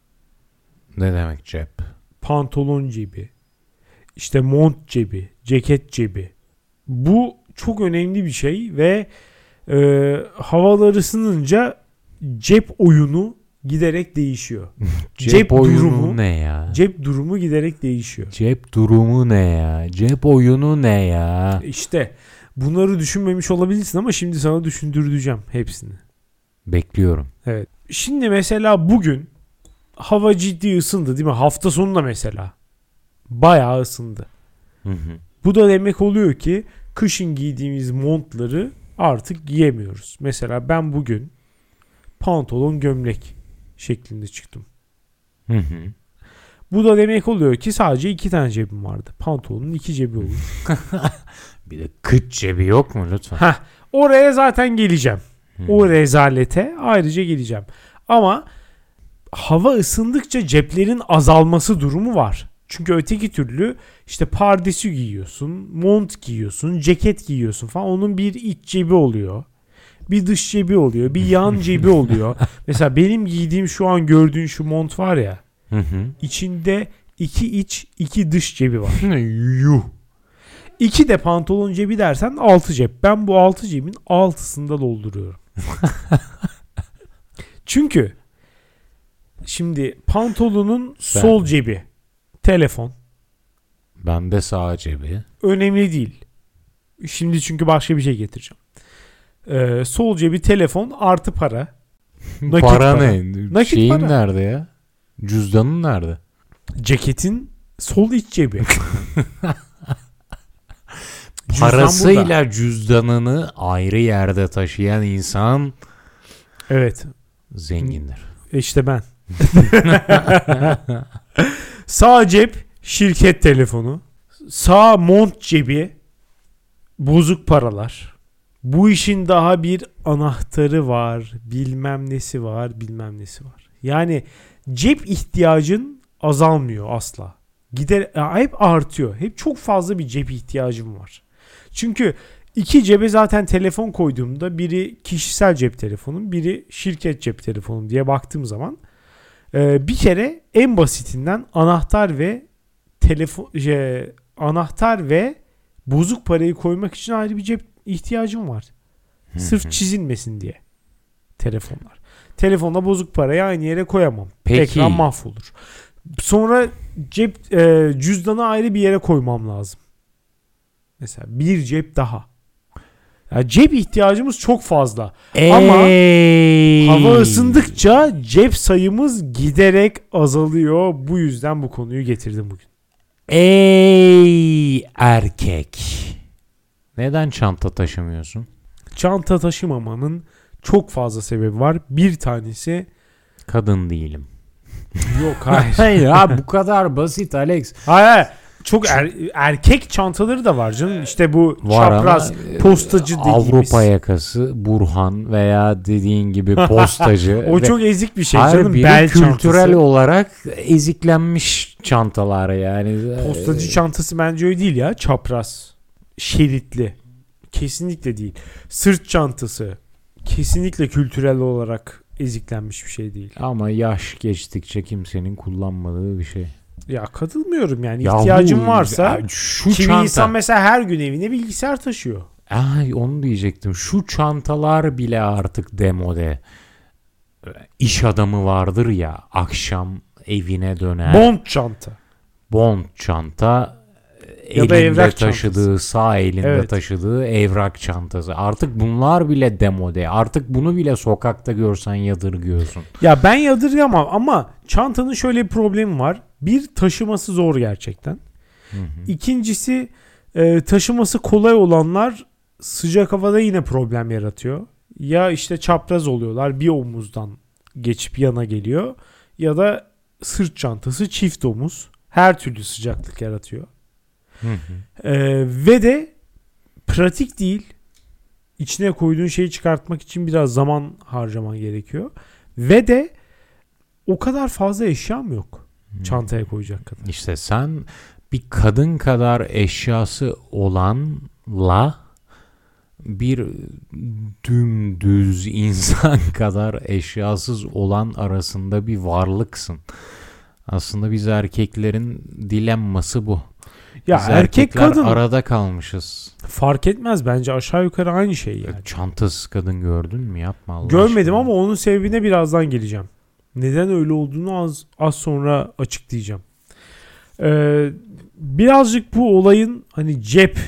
Ne demek cep? Pantolon cebi. İşte mont cebi. Ceket cebi. Bu çok önemli bir şey ve havalar ısınınca cep oyunu giderek değişiyor. Cep oyunu durumu ne ya? Cep durumu giderek değişiyor. Cep durumu ne ya? Cep oyunu ne ya? İşte bunları düşünmemiş olabilirsin ama şimdi sana düşündüreceğim hepsini. Bekliyorum. Evet. Şimdi mesela bugün hava ciddi ısındı değil mi? Hafta sonunda mesela bayağı ısındı. Hı hı. Bu da demek oluyor ki kışın giydiğimiz montları artık giyemiyoruz. Mesela ben bugün pantolon gömlek şeklinde çıktım. Hı hı. Bu da demek oluyor ki sadece 2 tane cebim vardı. Pantolonun 2 cebi olur. Bir de kıç cebi yok mu lütfen? Heh, oraya zaten geleceğim. O rezalete ayrıca geleceğim. Ama hava ısındıkça ceplerin azalması durumu var. Çünkü öteki türlü işte pardesü giyiyorsun, mont giyiyorsun, ceket giyiyorsun falan. Onun bir iç cebi oluyor. Bir dış cebi oluyor. Bir yan cebi oluyor. Mesela benim giydiğim şu an gördüğün şu mont var ya. Hı hı. İçinde 2 iç, 2 dış cebi var. Yuh. 2 de pantolon cebi dersen 6 cep. Ben bu 6 cebin 6'sında dolduruyorum. Çünkü şimdi pantolonun sol cebi telefon. Bende sağ cebi. Önemli değil. Şimdi çünkü başka bir şey getireceğim. Sol cebi telefon artı para. Nakit para para. ne? Nakit Şeyin para. nerede ya? Cüzdanın nerede? Ceketin sol iç cebi. Parasıyla cüzdanını ayrı yerde taşıyan insan Evet. zengindir. İşte ben. Sağ cep şirket telefonu. Sağ mont cebi bozuk paralar. Bu işin daha bir anahtarı var, bilmem nesi var, bilmem nesi var. Yani cep ihtiyacın azalmıyor asla. Hep artıyor. Hep çok fazla bir cep ihtiyacım var. Çünkü iki cebe zaten telefon koyduğumda biri kişisel cep telefonum, biri şirket cep telefonum diye baktığım zaman bir kere en basitinden anahtar ve bozuk parayı koymak için ayrı bir cep ihtiyacım var. Sırf çizilmesin diye telefonlar. Telefonla bozuk parayı aynı yere koyamam. Peki. Ekran mahvolur. Sonra cüzdanı ayrı bir yere koymam lazım. Mesela bir cep daha. Yani cep ihtiyacımız çok fazla. Ama hava ısındıkça cep sayımız giderek azalıyor. Bu yüzden bu konuyu getirdim bugün. Ey erkek. Neden çanta taşımıyorsun? Çanta taşımamanın çok fazla sebebi var. Bir tanesi Kadın değilim. yok hayır. Hayır abi bu kadar basit Alex. Hayır. Çok erkek çantaları da var canım. İşte bu Var çapraz ama, postacı dediğimiz. Avrupa yakası, Burhan veya dediğin gibi postacı. O çok ezik bir şey Hayır, canım. biri Bel kültürel çantası. olarak eziklenmiş çantalar yani. Postacı çantası bence öyle değil ya. Çapraz. Şeritli. Kesinlikle değil. Sırt çantası. Kesinlikle kültürel olarak eziklenmiş bir şey değil. Ama yaş geçtikçe kimsenin kullanmadığı bir şey. Ya katılmıyorum yani. Yahu, İhtiyacın varsa şu kimi çanta. insan mesela her gün evine bilgisayar taşıyor. Ay onu diyecektim. Şu çantalar bile artık demode. İş adamı vardır ya akşam evine döner. Bond çanta. Bond çanta. Ya da Elinde evrak taşıdığı, çantası. sağ elinde Evet. taşıdığı evrak çantası. Artık bunlar bile demode. Artık bunu bile sokakta görsen yadırgıyorsun. Ya ben yadırgamam ama çantanın şöyle bir problemi var. Bir, taşıması zor gerçekten. Hı hı. İkincisi taşıması kolay olanlar sıcak havada yine problem yaratıyor. Ya işte çapraz oluyorlar, bir omuzdan geçip yana geliyor, ya da sırt çantası çift omuz, her türlü sıcaklık yaratıyor. Hı hı. Ve de pratik değil. İçine koyduğun şeyi çıkartmak için biraz zaman harcaman gerekiyor. Ve de o kadar fazla eşyam yok çantaya koyacak kadar. İşte sen bir kadın kadar eşyası olanla bir dümdüz insan kadar eşyasız olan arasında bir varlıksın. Aslında biz erkeklerin dilemması bu. Ya Biz erkek erkekler kadın arada kalmışız. fark etmez bence, aşağı yukarı aynı şey yani. Çantasız kadın gördün mü? Yapma Allah Görmedim aşkına. ama onun sebebine birazdan geleceğim. Neden öyle olduğunu az sonra açıklayacağım. Birazcık bu olayın hani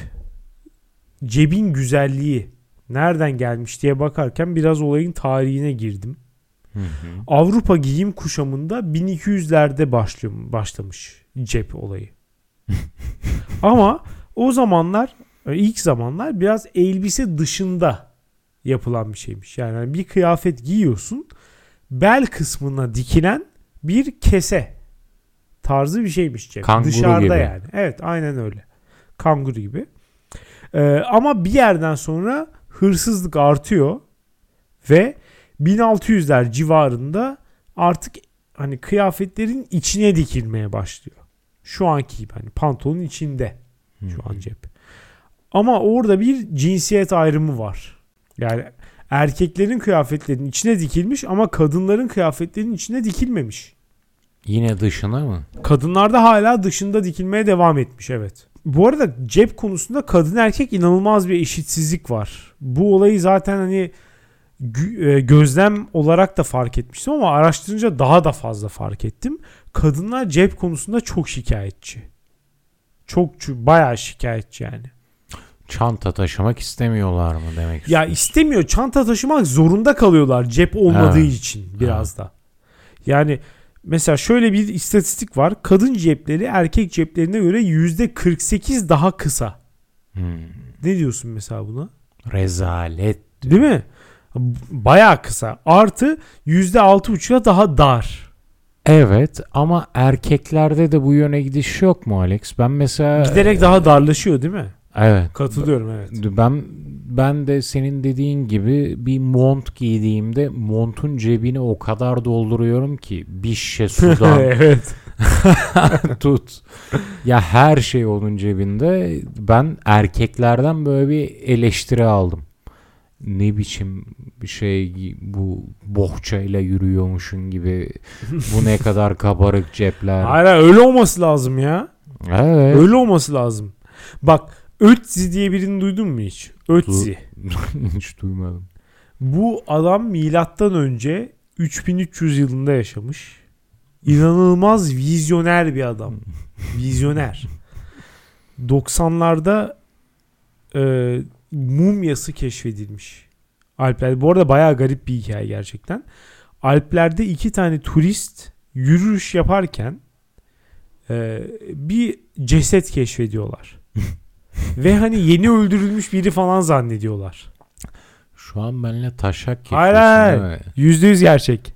cebin güzelliği nereden gelmiş diye bakarken biraz olayın tarihine girdim. Hı hı. Avrupa giyim kuşamında 1200'lerde başlamış cep olayı. Ama o zamanlar, ilk zamanlar biraz elbise dışında yapılan bir şeymiş. Yani bir kıyafet giyiyorsun, bel kısmına dikilen bir kese tarzı bir şeymiş cep. Kanguru Dışarıda gibi. yani. Evet, aynen öyle. Kanguru gibi. Ama bir yerden sonra hırsızlık artıyor ve 1600'ler civarında artık hani kıyafetlerin içine dikilmeye başlıyor. Şu anki gibi hani pantolonun içinde şu an cep. Ama orada bir cinsiyet ayrımı var. Yani erkeklerin kıyafetlerinin içine dikilmiş ama kadınların kıyafetlerinin içine dikilmemiş. Yine dışına mı? Kadınlarda hala dışında dikilmeye devam etmiş, evet. Bu arada cep konusunda kadın erkek inanılmaz bir eşitsizlik var. Bu olayı zaten hani gözlem olarak da fark etmiştim ama araştırınca daha da fazla fark ettim. Kadınlar cep konusunda çok şikayetçi. Bayağı şikayetçi yani. Çanta taşımak istemiyorlar mı demek Ya istiyorsun? istemiyor, çanta taşımak zorunda kalıyorlar cep olmadığı Evet. için biraz da. Yani mesela şöyle bir istatistik var. Kadın cepleri erkek ceplerine göre %48 daha kısa. Ne diyorsun mesela buna? Rezalet. Değil mi? Bayağı kısa. Artı %6,5'a daha dar. Evet ama erkeklerde de bu yöne gidiş yok mu Alex? Ben mesela... Giderek daha darlaşıyor değil mi? Evet. Katılıyorum, evet. Ben ben de senin dediğin gibi bir mont giydiğimde montun cebini o kadar dolduruyorum ki bir şişe sudan Evet. tut. Ya her şey onun cebinde. Ben erkeklerden böyle bir eleştiri aldım. Ne biçim bir şey bu, bohçayla yürüyormuşun gibi. Bu ne kadar kabarık cepler. Hayır, öyle olması lazım ya. Evet. Öyle olması lazım. Bak, Ötzi diye birini duydun mu hiç? Ötzi. Hiç duymadım. Bu adam milattan önce 3300 yılında yaşamış. İnanılmaz vizyoner bir adam. Vizyoner. 90'larda mumyası keşfedilmiş. Alplerde. Bu arada bayağı garip bir hikaye gerçekten. Alplerde 2 tane turist yürüyüş yaparken bir ceset keşfediyorlar. Ve hani yeni öldürülmüş biri falan zannediyorlar. Şu an benimle taşak Hayır, geçiyorsun değil mi? %100 gerçek.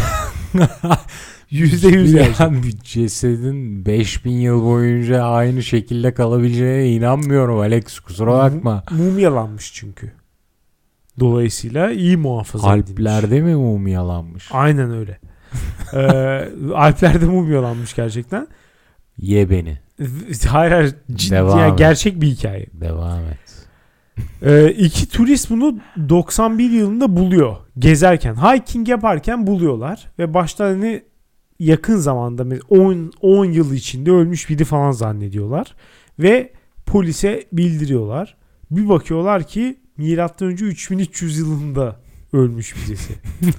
%100 gerçek. Yani bir cesedin 5000 yıl boyunca aynı şekilde kalabileceğine inanmıyorum Alex, kusura bakma. Mumyalanmış çünkü. Dolayısıyla iyi muhafaza edilmiş. Alplerde mi mumyalanmış? Aynen öyle. Alplerde mumyalanmış gerçekten. Ye beni. Hayır, ciddi Devam yani et. gerçek bir hikaye. Devam et. 2 turist bunu 91 yılında buluyor. Gezerken, hiking yaparken buluyorlar ve başta hani yakın zamanda 10 yıl içinde ölmüş biri falan zannediyorlar ve polise bildiriyorlar. Bir bakıyorlar ki milattan önce 3300 yılında ölmüş birisi.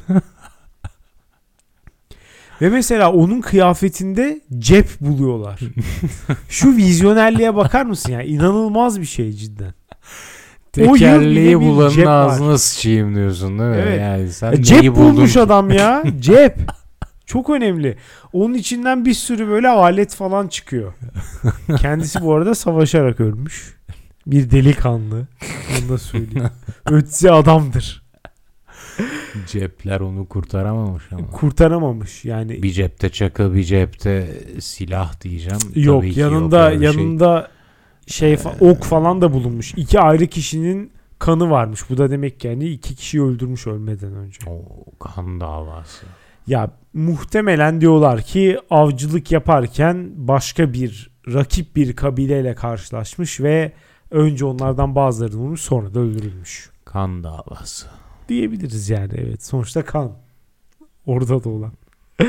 Ve mesela onun kıyafetinde cep buluyorlar. Şu vizyonerliğe bakar mısın ya? İnanılmaz bir şey cidden. Tekerleği bir bulanın cep var. ağzına sıçayım diyorsun değil mi? Evet. Yani sen Cep neyi buldun bulmuş ki? adam ya. Cep. Çok önemli. Onun içinden bir sürü böyle alet falan çıkıyor. Kendisi bu arada savaşarak ölmüş. Bir delikanlı. Onu da söyleyeyim. Ötzi adamdır. Cepler onu kurtaramamış ama. Kurtaramamış. Yani Bir cepte çakı, bir cepte silah diyeceğim. yok, Tabii ki yanında yok öyle şey. yanında ok falan da bulunmuş. 2 ayrı kişinin kanı varmış. Bu da demek ki yani 2 kişiyi öldürmüş ölmeden önce. O kan davası. Ya muhtemelen diyorlar ki avcılık yaparken başka bir rakip bir kabileyle karşılaşmış ve önce onlardan bazılarını vurmuş, sonra da öldürülmüş. Kan davası. Diyebiliriz yani, evet. Sonuçta kan. Orada da olan.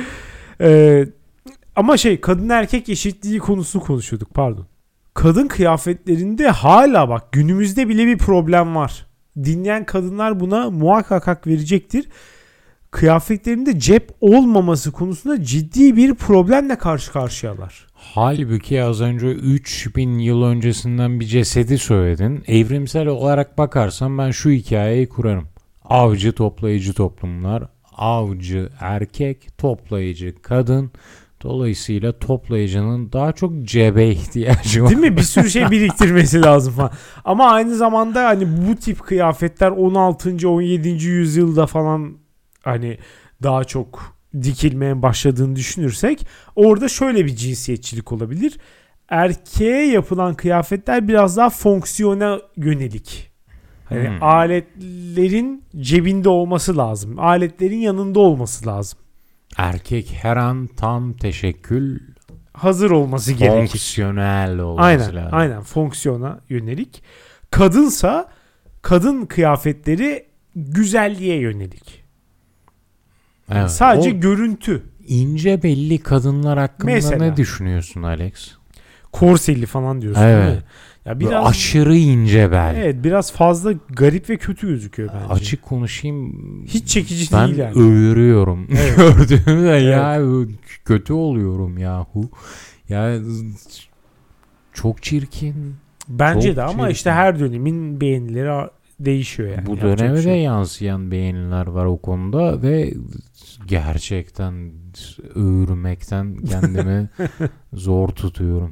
Ama kadın erkek eşitliği konusunu konuşuyorduk, pardon. Kadın kıyafetlerinde hala bak günümüzde bile bir problem var. Dinleyen kadınlar buna muhakkak hak verecektir. Kıyafetlerinde cep olmaması konusunda ciddi bir problemle karşı karşıyalar. Halbuki az önce 3000 yıl öncesinden bir cesedi söyledin. Evrimsel olarak bakarsan ben şu hikayeyi kurarım. Avcı toplayıcı toplumlar, avcı erkek, toplayıcı kadın. Dolayısıyla toplayıcının daha çok cebe ihtiyacı var. Değil mi? Bir sürü şey biriktirmesi lazım falan. Ama aynı zamanda hani bu tip kıyafetler 16. 17. yüzyılda falan hani daha çok dikilmeye başladığını düşünürsek orada şöyle bir cinsiyetçilik olabilir. Erkeğe yapılan kıyafetler biraz daha fonksiyona yönelik. Hani aletlerin cebinde olması lazım. Aletlerin yanında olması lazım. Erkek her an tam teşekkül, Hazır olması gerekir. fonksiyonel olması lazım. Aynen fonksiyona yönelik. Kadınsa kadın kıyafetleri güzelliğe yönelik. Evet. Sadece O görüntü. ince belli kadınlar hakkında Mesela. ne düşünüyorsun Alex? Korseli falan diyorsun değil Evet. mi? Ya Böyle biraz aşırı ince bel. evet, biraz fazla garip ve kötü gözüküyor bence. Açık konuşayım. Hiç çekici ben değil yani. övürüyorum. Evet. Gördüğümde ya kötü oluyorum yahu. Ya çok çirkin. Bence çok de ama çirkin. işte her dönemin beğenileri değişiyor yani. Bu Yapacak döneme bir de şey yok. yansıyan beğeniler var o konuda ve gerçekten övürmekten kendimi zor tutuyorum.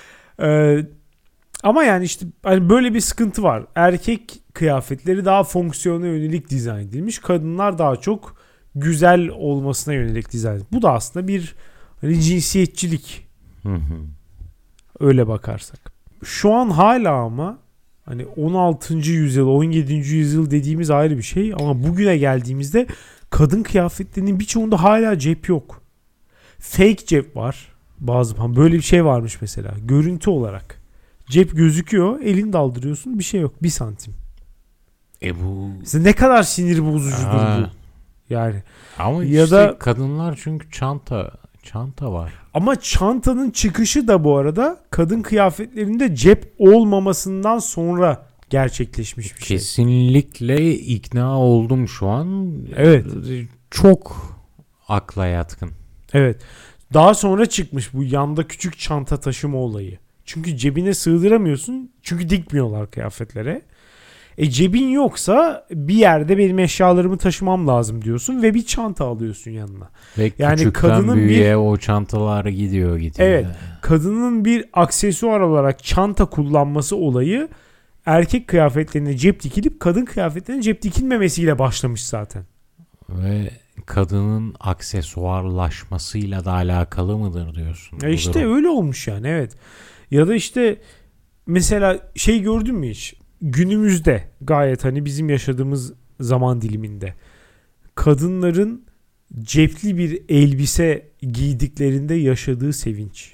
Ama yani işte hani böyle bir sıkıntı var. Erkek kıyafetleri daha fonksiyona yönelik dizayn edilmiş. Kadınlar daha çok güzel olmasına yönelik dizayn edilmiş. Bu da aslında bir hani cinsiyetçilik, Hı hı. öyle bakarsak. Şu an hala ama Hani 16. yüzyıl, 17. yüzyıl dediğimiz ayrı bir şey ama bugüne geldiğimizde kadın kıyafetlerinin birçoğunda hala cep yok. Fake cep var. Böyle bir şey varmış mesela. Görüntü olarak. Cep gözüküyor, elini daldırıyorsun, bir şey yok. 1 santim. Bu Mesela ne kadar sinir bozucudur bu. Yani ama ya işte da kadınlar çünkü çanta var. ama çantanın çıkışı da bu arada kadın kıyafetlerinde cep olmamasından sonra gerçekleşmiş bir şey. Kesinlikle ikna oldum şu an. Evet. Çok akla yatkın. Evet. Daha sonra çıkmış bu yanda küçük çanta taşıma olayı. Çünkü cebine sığdıramıyorsun. Çünkü dikmiyorlar kıyafetlere. Cebin yoksa bir yerde benim eşyalarımı taşımam lazım diyorsun ve bir çanta alıyorsun yanına. Ve Yani küçükten kadının büyüğe o çantalar gidiyor. Evet. Kadının bir aksesuar olarak çanta kullanması olayı erkek kıyafetlerine cep dikilip kadın kıyafetlerine cep dikilmemesiyle başlamış zaten. Ve kadının aksesuarlaşmasıyla da alakalı mıdır diyorsun? İşte öyle olmuş yani, evet. Ya da işte mesela şey gördün mü hiç? Günümüzde gayet hani bizim yaşadığımız zaman diliminde kadınların cepli bir elbise giydiklerinde yaşadığı sevinç.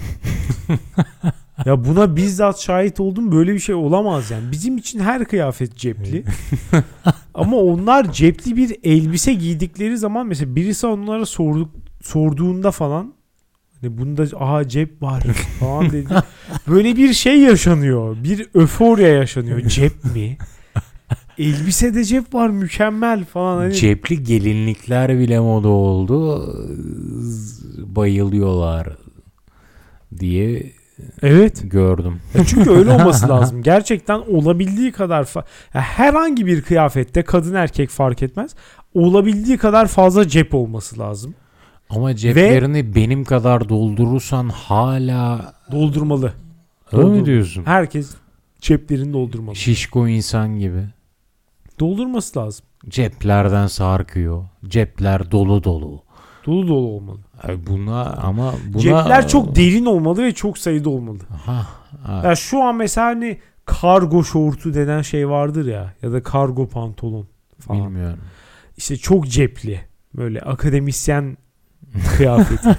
Ya buna bizzat şahit oldum, böyle bir şey olamaz yani. Bizim için her kıyafet cepli. Ama onlar cepli bir elbise giydikleri zaman mesela birisi onlara sorduğunda falan hani bunda cep var falan dedi. Böyle bir şey yaşanıyor. Bir öforya yaşanıyor. Cep mi? Elbisede cep var, mükemmel falan. Hani... Cepli gelinlikler bile moda oldu. Bayılıyorlar diye evet gördüm. Çünkü öyle olması lazım. Gerçekten olabildiği kadar herhangi bir kıyafette kadın erkek fark etmez. Olabildiği kadar fazla cep olması lazım. Ama ceplerini benim kadar doldurursan hala doldurmalı. Öyle mi diyorsun? Herkes ceplerini doldurmalı. Şişko insan gibi. Doldurması lazım. Ceplerden sarkıyor. Cepler dolu dolu. Dolu dolu olmalı. Buna cepler çok derin olmalı ve çok sayıda olmalı. Evet. Ya şu an mesela hani kargo şortu denen şey vardır ya da kargo pantolon falan. Bilmiyorum. İşte çok cepli. Böyle akademisyen kıyafeti.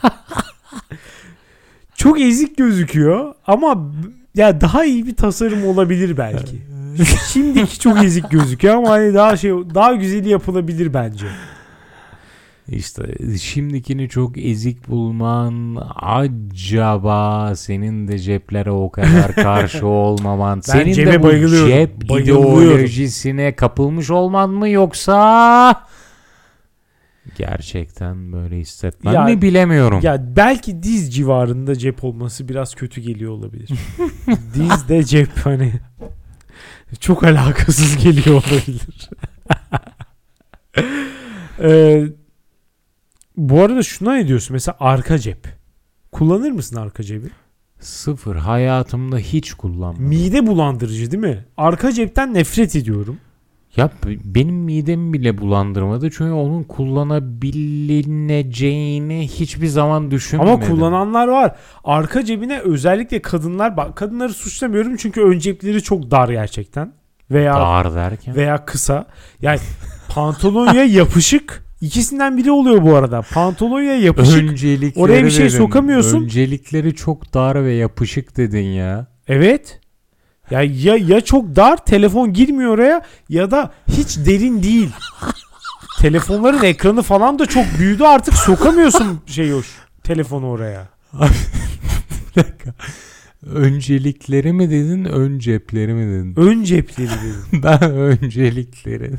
Çok ezik gözüküyor ama ya daha iyi bir tasarım olabilir belki. Şimdiki çok ezik gözüküyor ama hani daha güzeli yapılabilir bence. İşte şimdikini çok ezik bulman, acaba senin de ceplere o kadar karşı olmaman, senin de bu cep ideolojisine kapılmış olman mı, yoksa gerçekten böyle hissetmen mi, bilemiyorum. Ya belki diz civarında cep olması biraz kötü geliyor olabilir. Dizde cep hani çok alakasız geliyor olabilir. Bu arada şuna ne diyorsun? Mesela arka cep. Kullanır mısın arka cebi? Sıfır. Hayatımda hiç kullanmadım. Mide bulandırıcı değil mi? Arka cepten nefret ediyorum. Ya benim midemi bile bulandırmadı. Çünkü onun kullanabileceğini hiçbir zaman düşünmedim. Ama kullananlar var. Arka cebine özellikle kadınları suçlamıyorum çünkü ön cepleri çok dar gerçekten. Dar derken? Veya kısa. Yani pantolonya yapışık. İkisinden biri oluyor bu arada. Pantolonya yapışık. Oraya bir şey sokamıyorsun. Öncelikleri çok dar ve yapışık dedin ya. Evet. Ya çok dar, telefon girmiyor oraya ya da hiç derin değil. Telefonların ekranı falan da çok büyüdü, artık sokamıyorsun telefonu oraya. Bir dakika. Öncelikleri mi dedin, ön cepleri mi dedin? Ön cepleri dedim. Ben öncelikleri.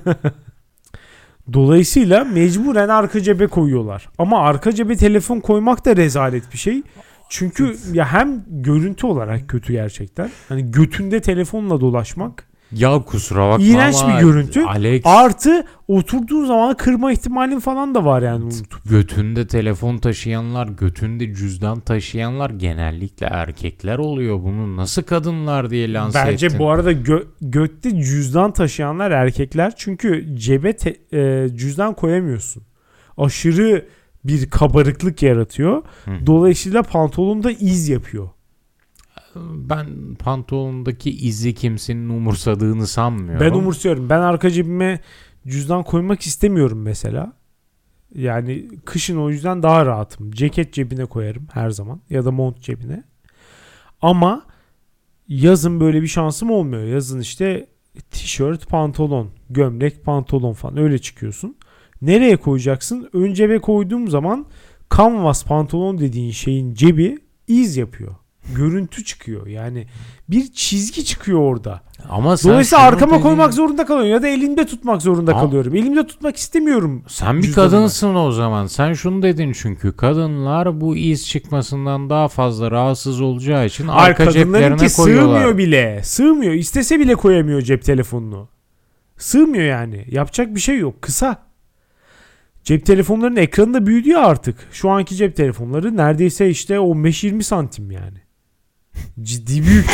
Dolayısıyla mecburen arka cebe koyuyorlar. Ama arka cebe telefon koymak da rezalet bir şey. Çünkü ya hem görüntü olarak kötü gerçekten. Hani götünde telefonla dolaşmak. Ya kusura bakma İğrenç ama bir görüntü. Alex, artı oturduğun zaman kırma ihtimalin falan da var yani. Götünde telefon taşıyanlar, götünde cüzdan taşıyanlar genellikle erkekler oluyor. Bunu nasıl kadınlar diye lanse ettin? Bence bu arada götte cüzdan taşıyanlar erkekler. Çünkü cebe cüzdan koyamıyorsun. Aşırı bir kabarıklık yaratıyor. Dolayısıyla pantolonda iz yapıyor. ben pantolondaki izi kimsenin umursadığını sanmıyorum. Ben umursuyorum. Ben arka cebime cüzdan koymak istemiyorum mesela. Yani kışın o yüzden daha rahatım. Ceket cebine koyarım her zaman ya da mont cebine. Ama yazın böyle bir şansım olmuyor. Yazın işte tişört, pantolon, gömlek, pantolon falan öyle çıkıyorsun. Nereye koyacaksın? Ön cebe koyduğum zaman kanvas pantolon dediğin şeyin cebi iz yapıyor. Görüntü çıkıyor. Yani bir çizgi çıkıyor orada. Ama sen Dolayısıyla şunu arkama dediğin- koymak zorunda kalıyorum ya da elimde tutmak zorunda kalıyorum. Elimde tutmak istemiyorum. Sen bir cüzdanımı. kadınsın o zaman. Sen şunu dedin çünkü kadınlar bu iz çıkmasından daha fazla rahatsız olacağı için arka ceplerine Kadınlarınki koyuyorlar. sığmıyor bile. Sığmıyor. İstese bile koyamıyor cep telefonunu. Sığmıyor yani. Yapacak bir şey yok. Kısa. Cep telefonlarının ekranı da büyüdü ya artık. Şu anki cep telefonları neredeyse işte 15-20 santim yani. Ciddi büyük.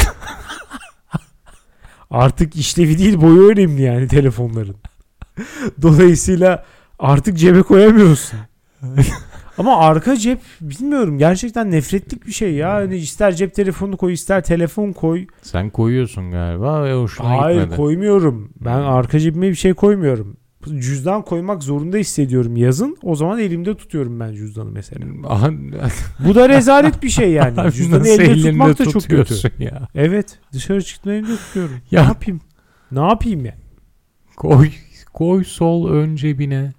Artık işlevi değil boyu önemli yani telefonların. Dolayısıyla artık cebe koyamıyorsun. Ama arka cep bilmiyorum gerçekten nefretlik bir şey ya. Hani ister cep telefonu koy ister telefon koy. Sen koyuyorsun galiba ve hoşuna Hayır gitmedi. koymuyorum. Ben arka cebime bir şey koymuyorum. Cüzdan koymak zorunda hissediyorum yazın. O zaman elimde tutuyorum ben cüzdanı mesela. Bu da rezalet bir şey yani. Cüzdanı Nasıl elde elinde tutmak da çok kötü. tutuyorsun ya? Evet. Dışarı çıktığımda elimde tutuyorum. Ya. Ne yapayım? Ne yapayım ya? Koy sol ön cebine.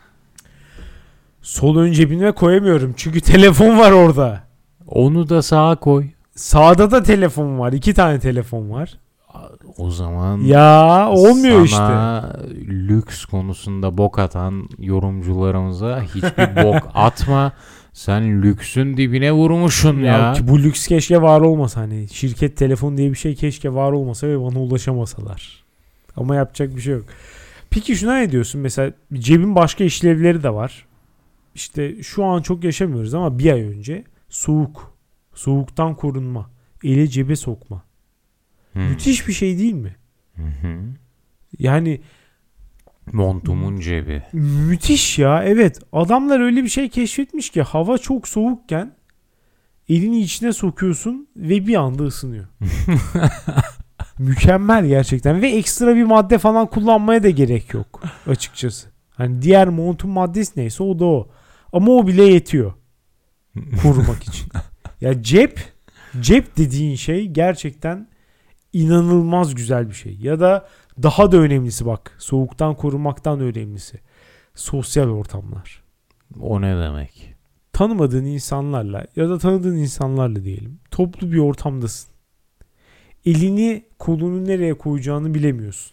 Sol ön cebime koyamıyorum. Çünkü telefon var orada. Onu da sağa koy. Sağda da telefon var. 2 tane telefon var. O zaman Ya olmuyor işte. sana lüks konusunda bok atan yorumcularımıza hiçbir bok atma. Sen lüksün dibine vurmuşsun ya. Ki bu lüks keşke var olmasa. Hani şirket telefon diye bir şey keşke var olmasa ve bana ulaşamasalar. Ama yapacak bir şey yok. Peki şuna ne diyorsun? Mesela cebin başka işlevleri de var. İşte şu an çok yaşamıyoruz ama bir ay önce soğuk. Soğuktan korunma. Eli cebe sokma. Müthiş bir şey değil mi? Hı. Yani Montumun cebi. müthiş ya. Evet. Adamlar öyle bir şey keşfetmiş ki hava çok soğukken elini içine sokuyorsun ve bir anda ısınıyor. Mükemmel gerçekten ve ekstra bir madde falan kullanmaya da gerek yok açıkçası. Hani diğer montun maddesi neyse o da o. Ama o bile yetiyor korumak için. Ya cep dediğin şey gerçekten inanılmaz güzel bir şey. Ya da daha da önemlisi bak, soğuktan korunmaktan önemlisi. Sosyal ortamlar. O ne demek? Tanımadığın insanlarla ya da tanıdığın insanlarla diyelim. Toplu bir ortamdasın. Elini kolunu nereye koyacağını bilemiyorsun.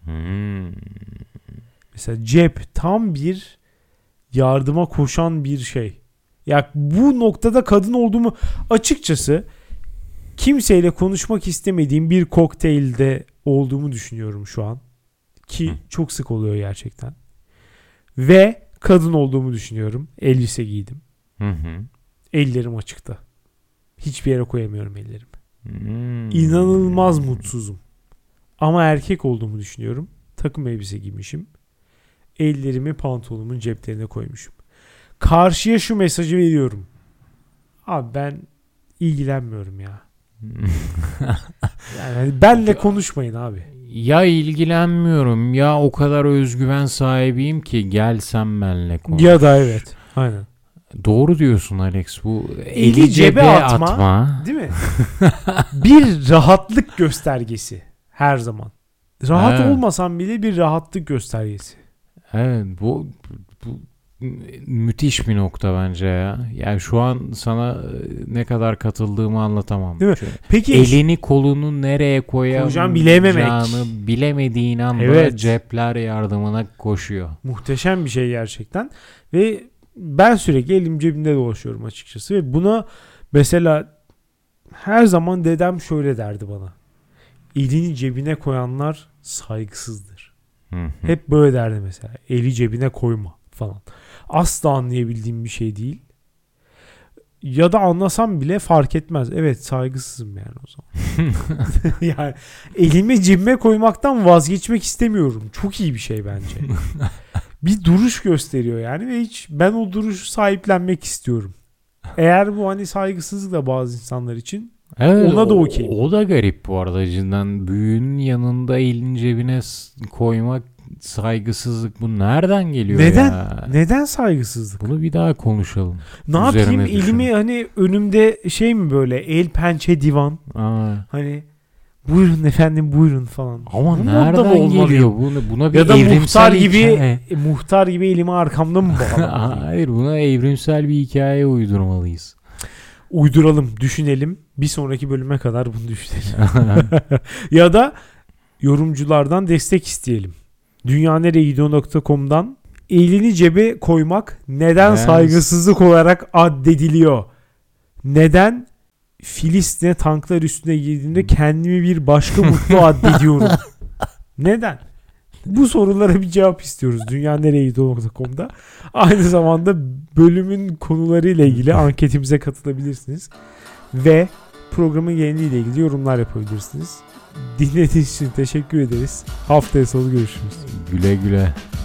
Mesela cep tam bir yardıma koşan bir şey. Ya bu noktada kadın olduğumu açıkçası kimseyle konuşmak istemediğim bir kokteylde olduğumu düşünüyorum şu an. Ki çok sık oluyor gerçekten. Ve kadın olduğumu düşünüyorum. Elbise giydim. Ellerim açıkta. Hiçbir yere koyamıyorum ellerimi. İnanılmaz mutsuzum. Ama erkek olduğumu düşünüyorum. Takım elbise giymişim. Ellerimi pantolonumun ceplerine koymuşum. Karşıya şu mesajı veriyorum. Abi ben ilgilenmiyorum ya. Yani benle konuşmayın abi. Ya ilgilenmiyorum ya o kadar özgüven sahibiyim ki gelsem benle konuş. Ya da evet. Aynen. Doğru diyorsun Alex, bu Eli cebe atma. Değil mi? Bir rahatlık göstergesi her zaman. Rahat Evet. olmasan bile bir rahatlık göstergesi. Evet, bu müthiş bir nokta bence ya. Yani şu an sana ne kadar katıldığımı anlatamam. Değil mi? Peki Elini kolunu nereye Koyacağım bilememek. koyacağını bilemediğin anda Evet. cepler yardımına koşuyor. muhteşem bir şey gerçekten. Ve ben sürekli elim cebimde dolaşıyorum açıkçası. Ve buna mesela her zaman dedem şöyle derdi bana. Elini cebine koyanlar saygısızdır. Hep böyle derdi mesela. Eli cebine koyma falan. Asla anlayabildiğim bir şey değil. Ya da anlasam bile fark etmez. Evet saygısızım yani o zaman. Yani elimi cebime koymaktan vazgeçmek istemiyorum. Çok iyi bir şey bence. Bir duruş gösteriyor yani ve hiç ben o duruşu sahiplenmek istiyorum. Eğer bu hani saygısızlık da bazı insanlar için Evet, Ona da okeyim. O da garip bu arada cidden. Büyüğün yanında elini cebine koymak saygısızlık. Bu nereden geliyor Neden? ya? Neden saygısızlık? Bunu bir daha konuşalım. Ne Üzerine yapayım? düşün. Elimi hani önümde şey mi böyle el pençe divan, Aa. hani buyurun efendim buyurun falan. Ama Bu modda mı nereden olmalıyım? geliyor? Buna bir Ya da evrimsel muhtar gibi hikaye. muhtar gibi elimi arkamda mı bağlamalıyım? Hayır, buna evrimsel bir hikaye uydurmalıyız. Uyduralım, düşünelim. Bir sonraki bölüme kadar bunu düşünelim. Ya da yorumculardan destek isteyelim. dünyanereyegidiyor.com'dan elini cebe koymak neden Evet. saygısızlık olarak addediliyor? Neden Filistin'e tanklar üstüne girdiğimde kendimi bir başka mutlu addediyorum? Neden? Bu sorulara bir cevap istiyoruz dünyanereyegidiyor.com'da. Aynı zamanda bölümün konularıyla ilgili anketimize katılabilirsiniz. Ve programın geneliyle ilgili yorumlar yapabilirsiniz. Dinlediğiniz için teşekkür ederiz. Haftaya salı görüşürüz. Güle güle.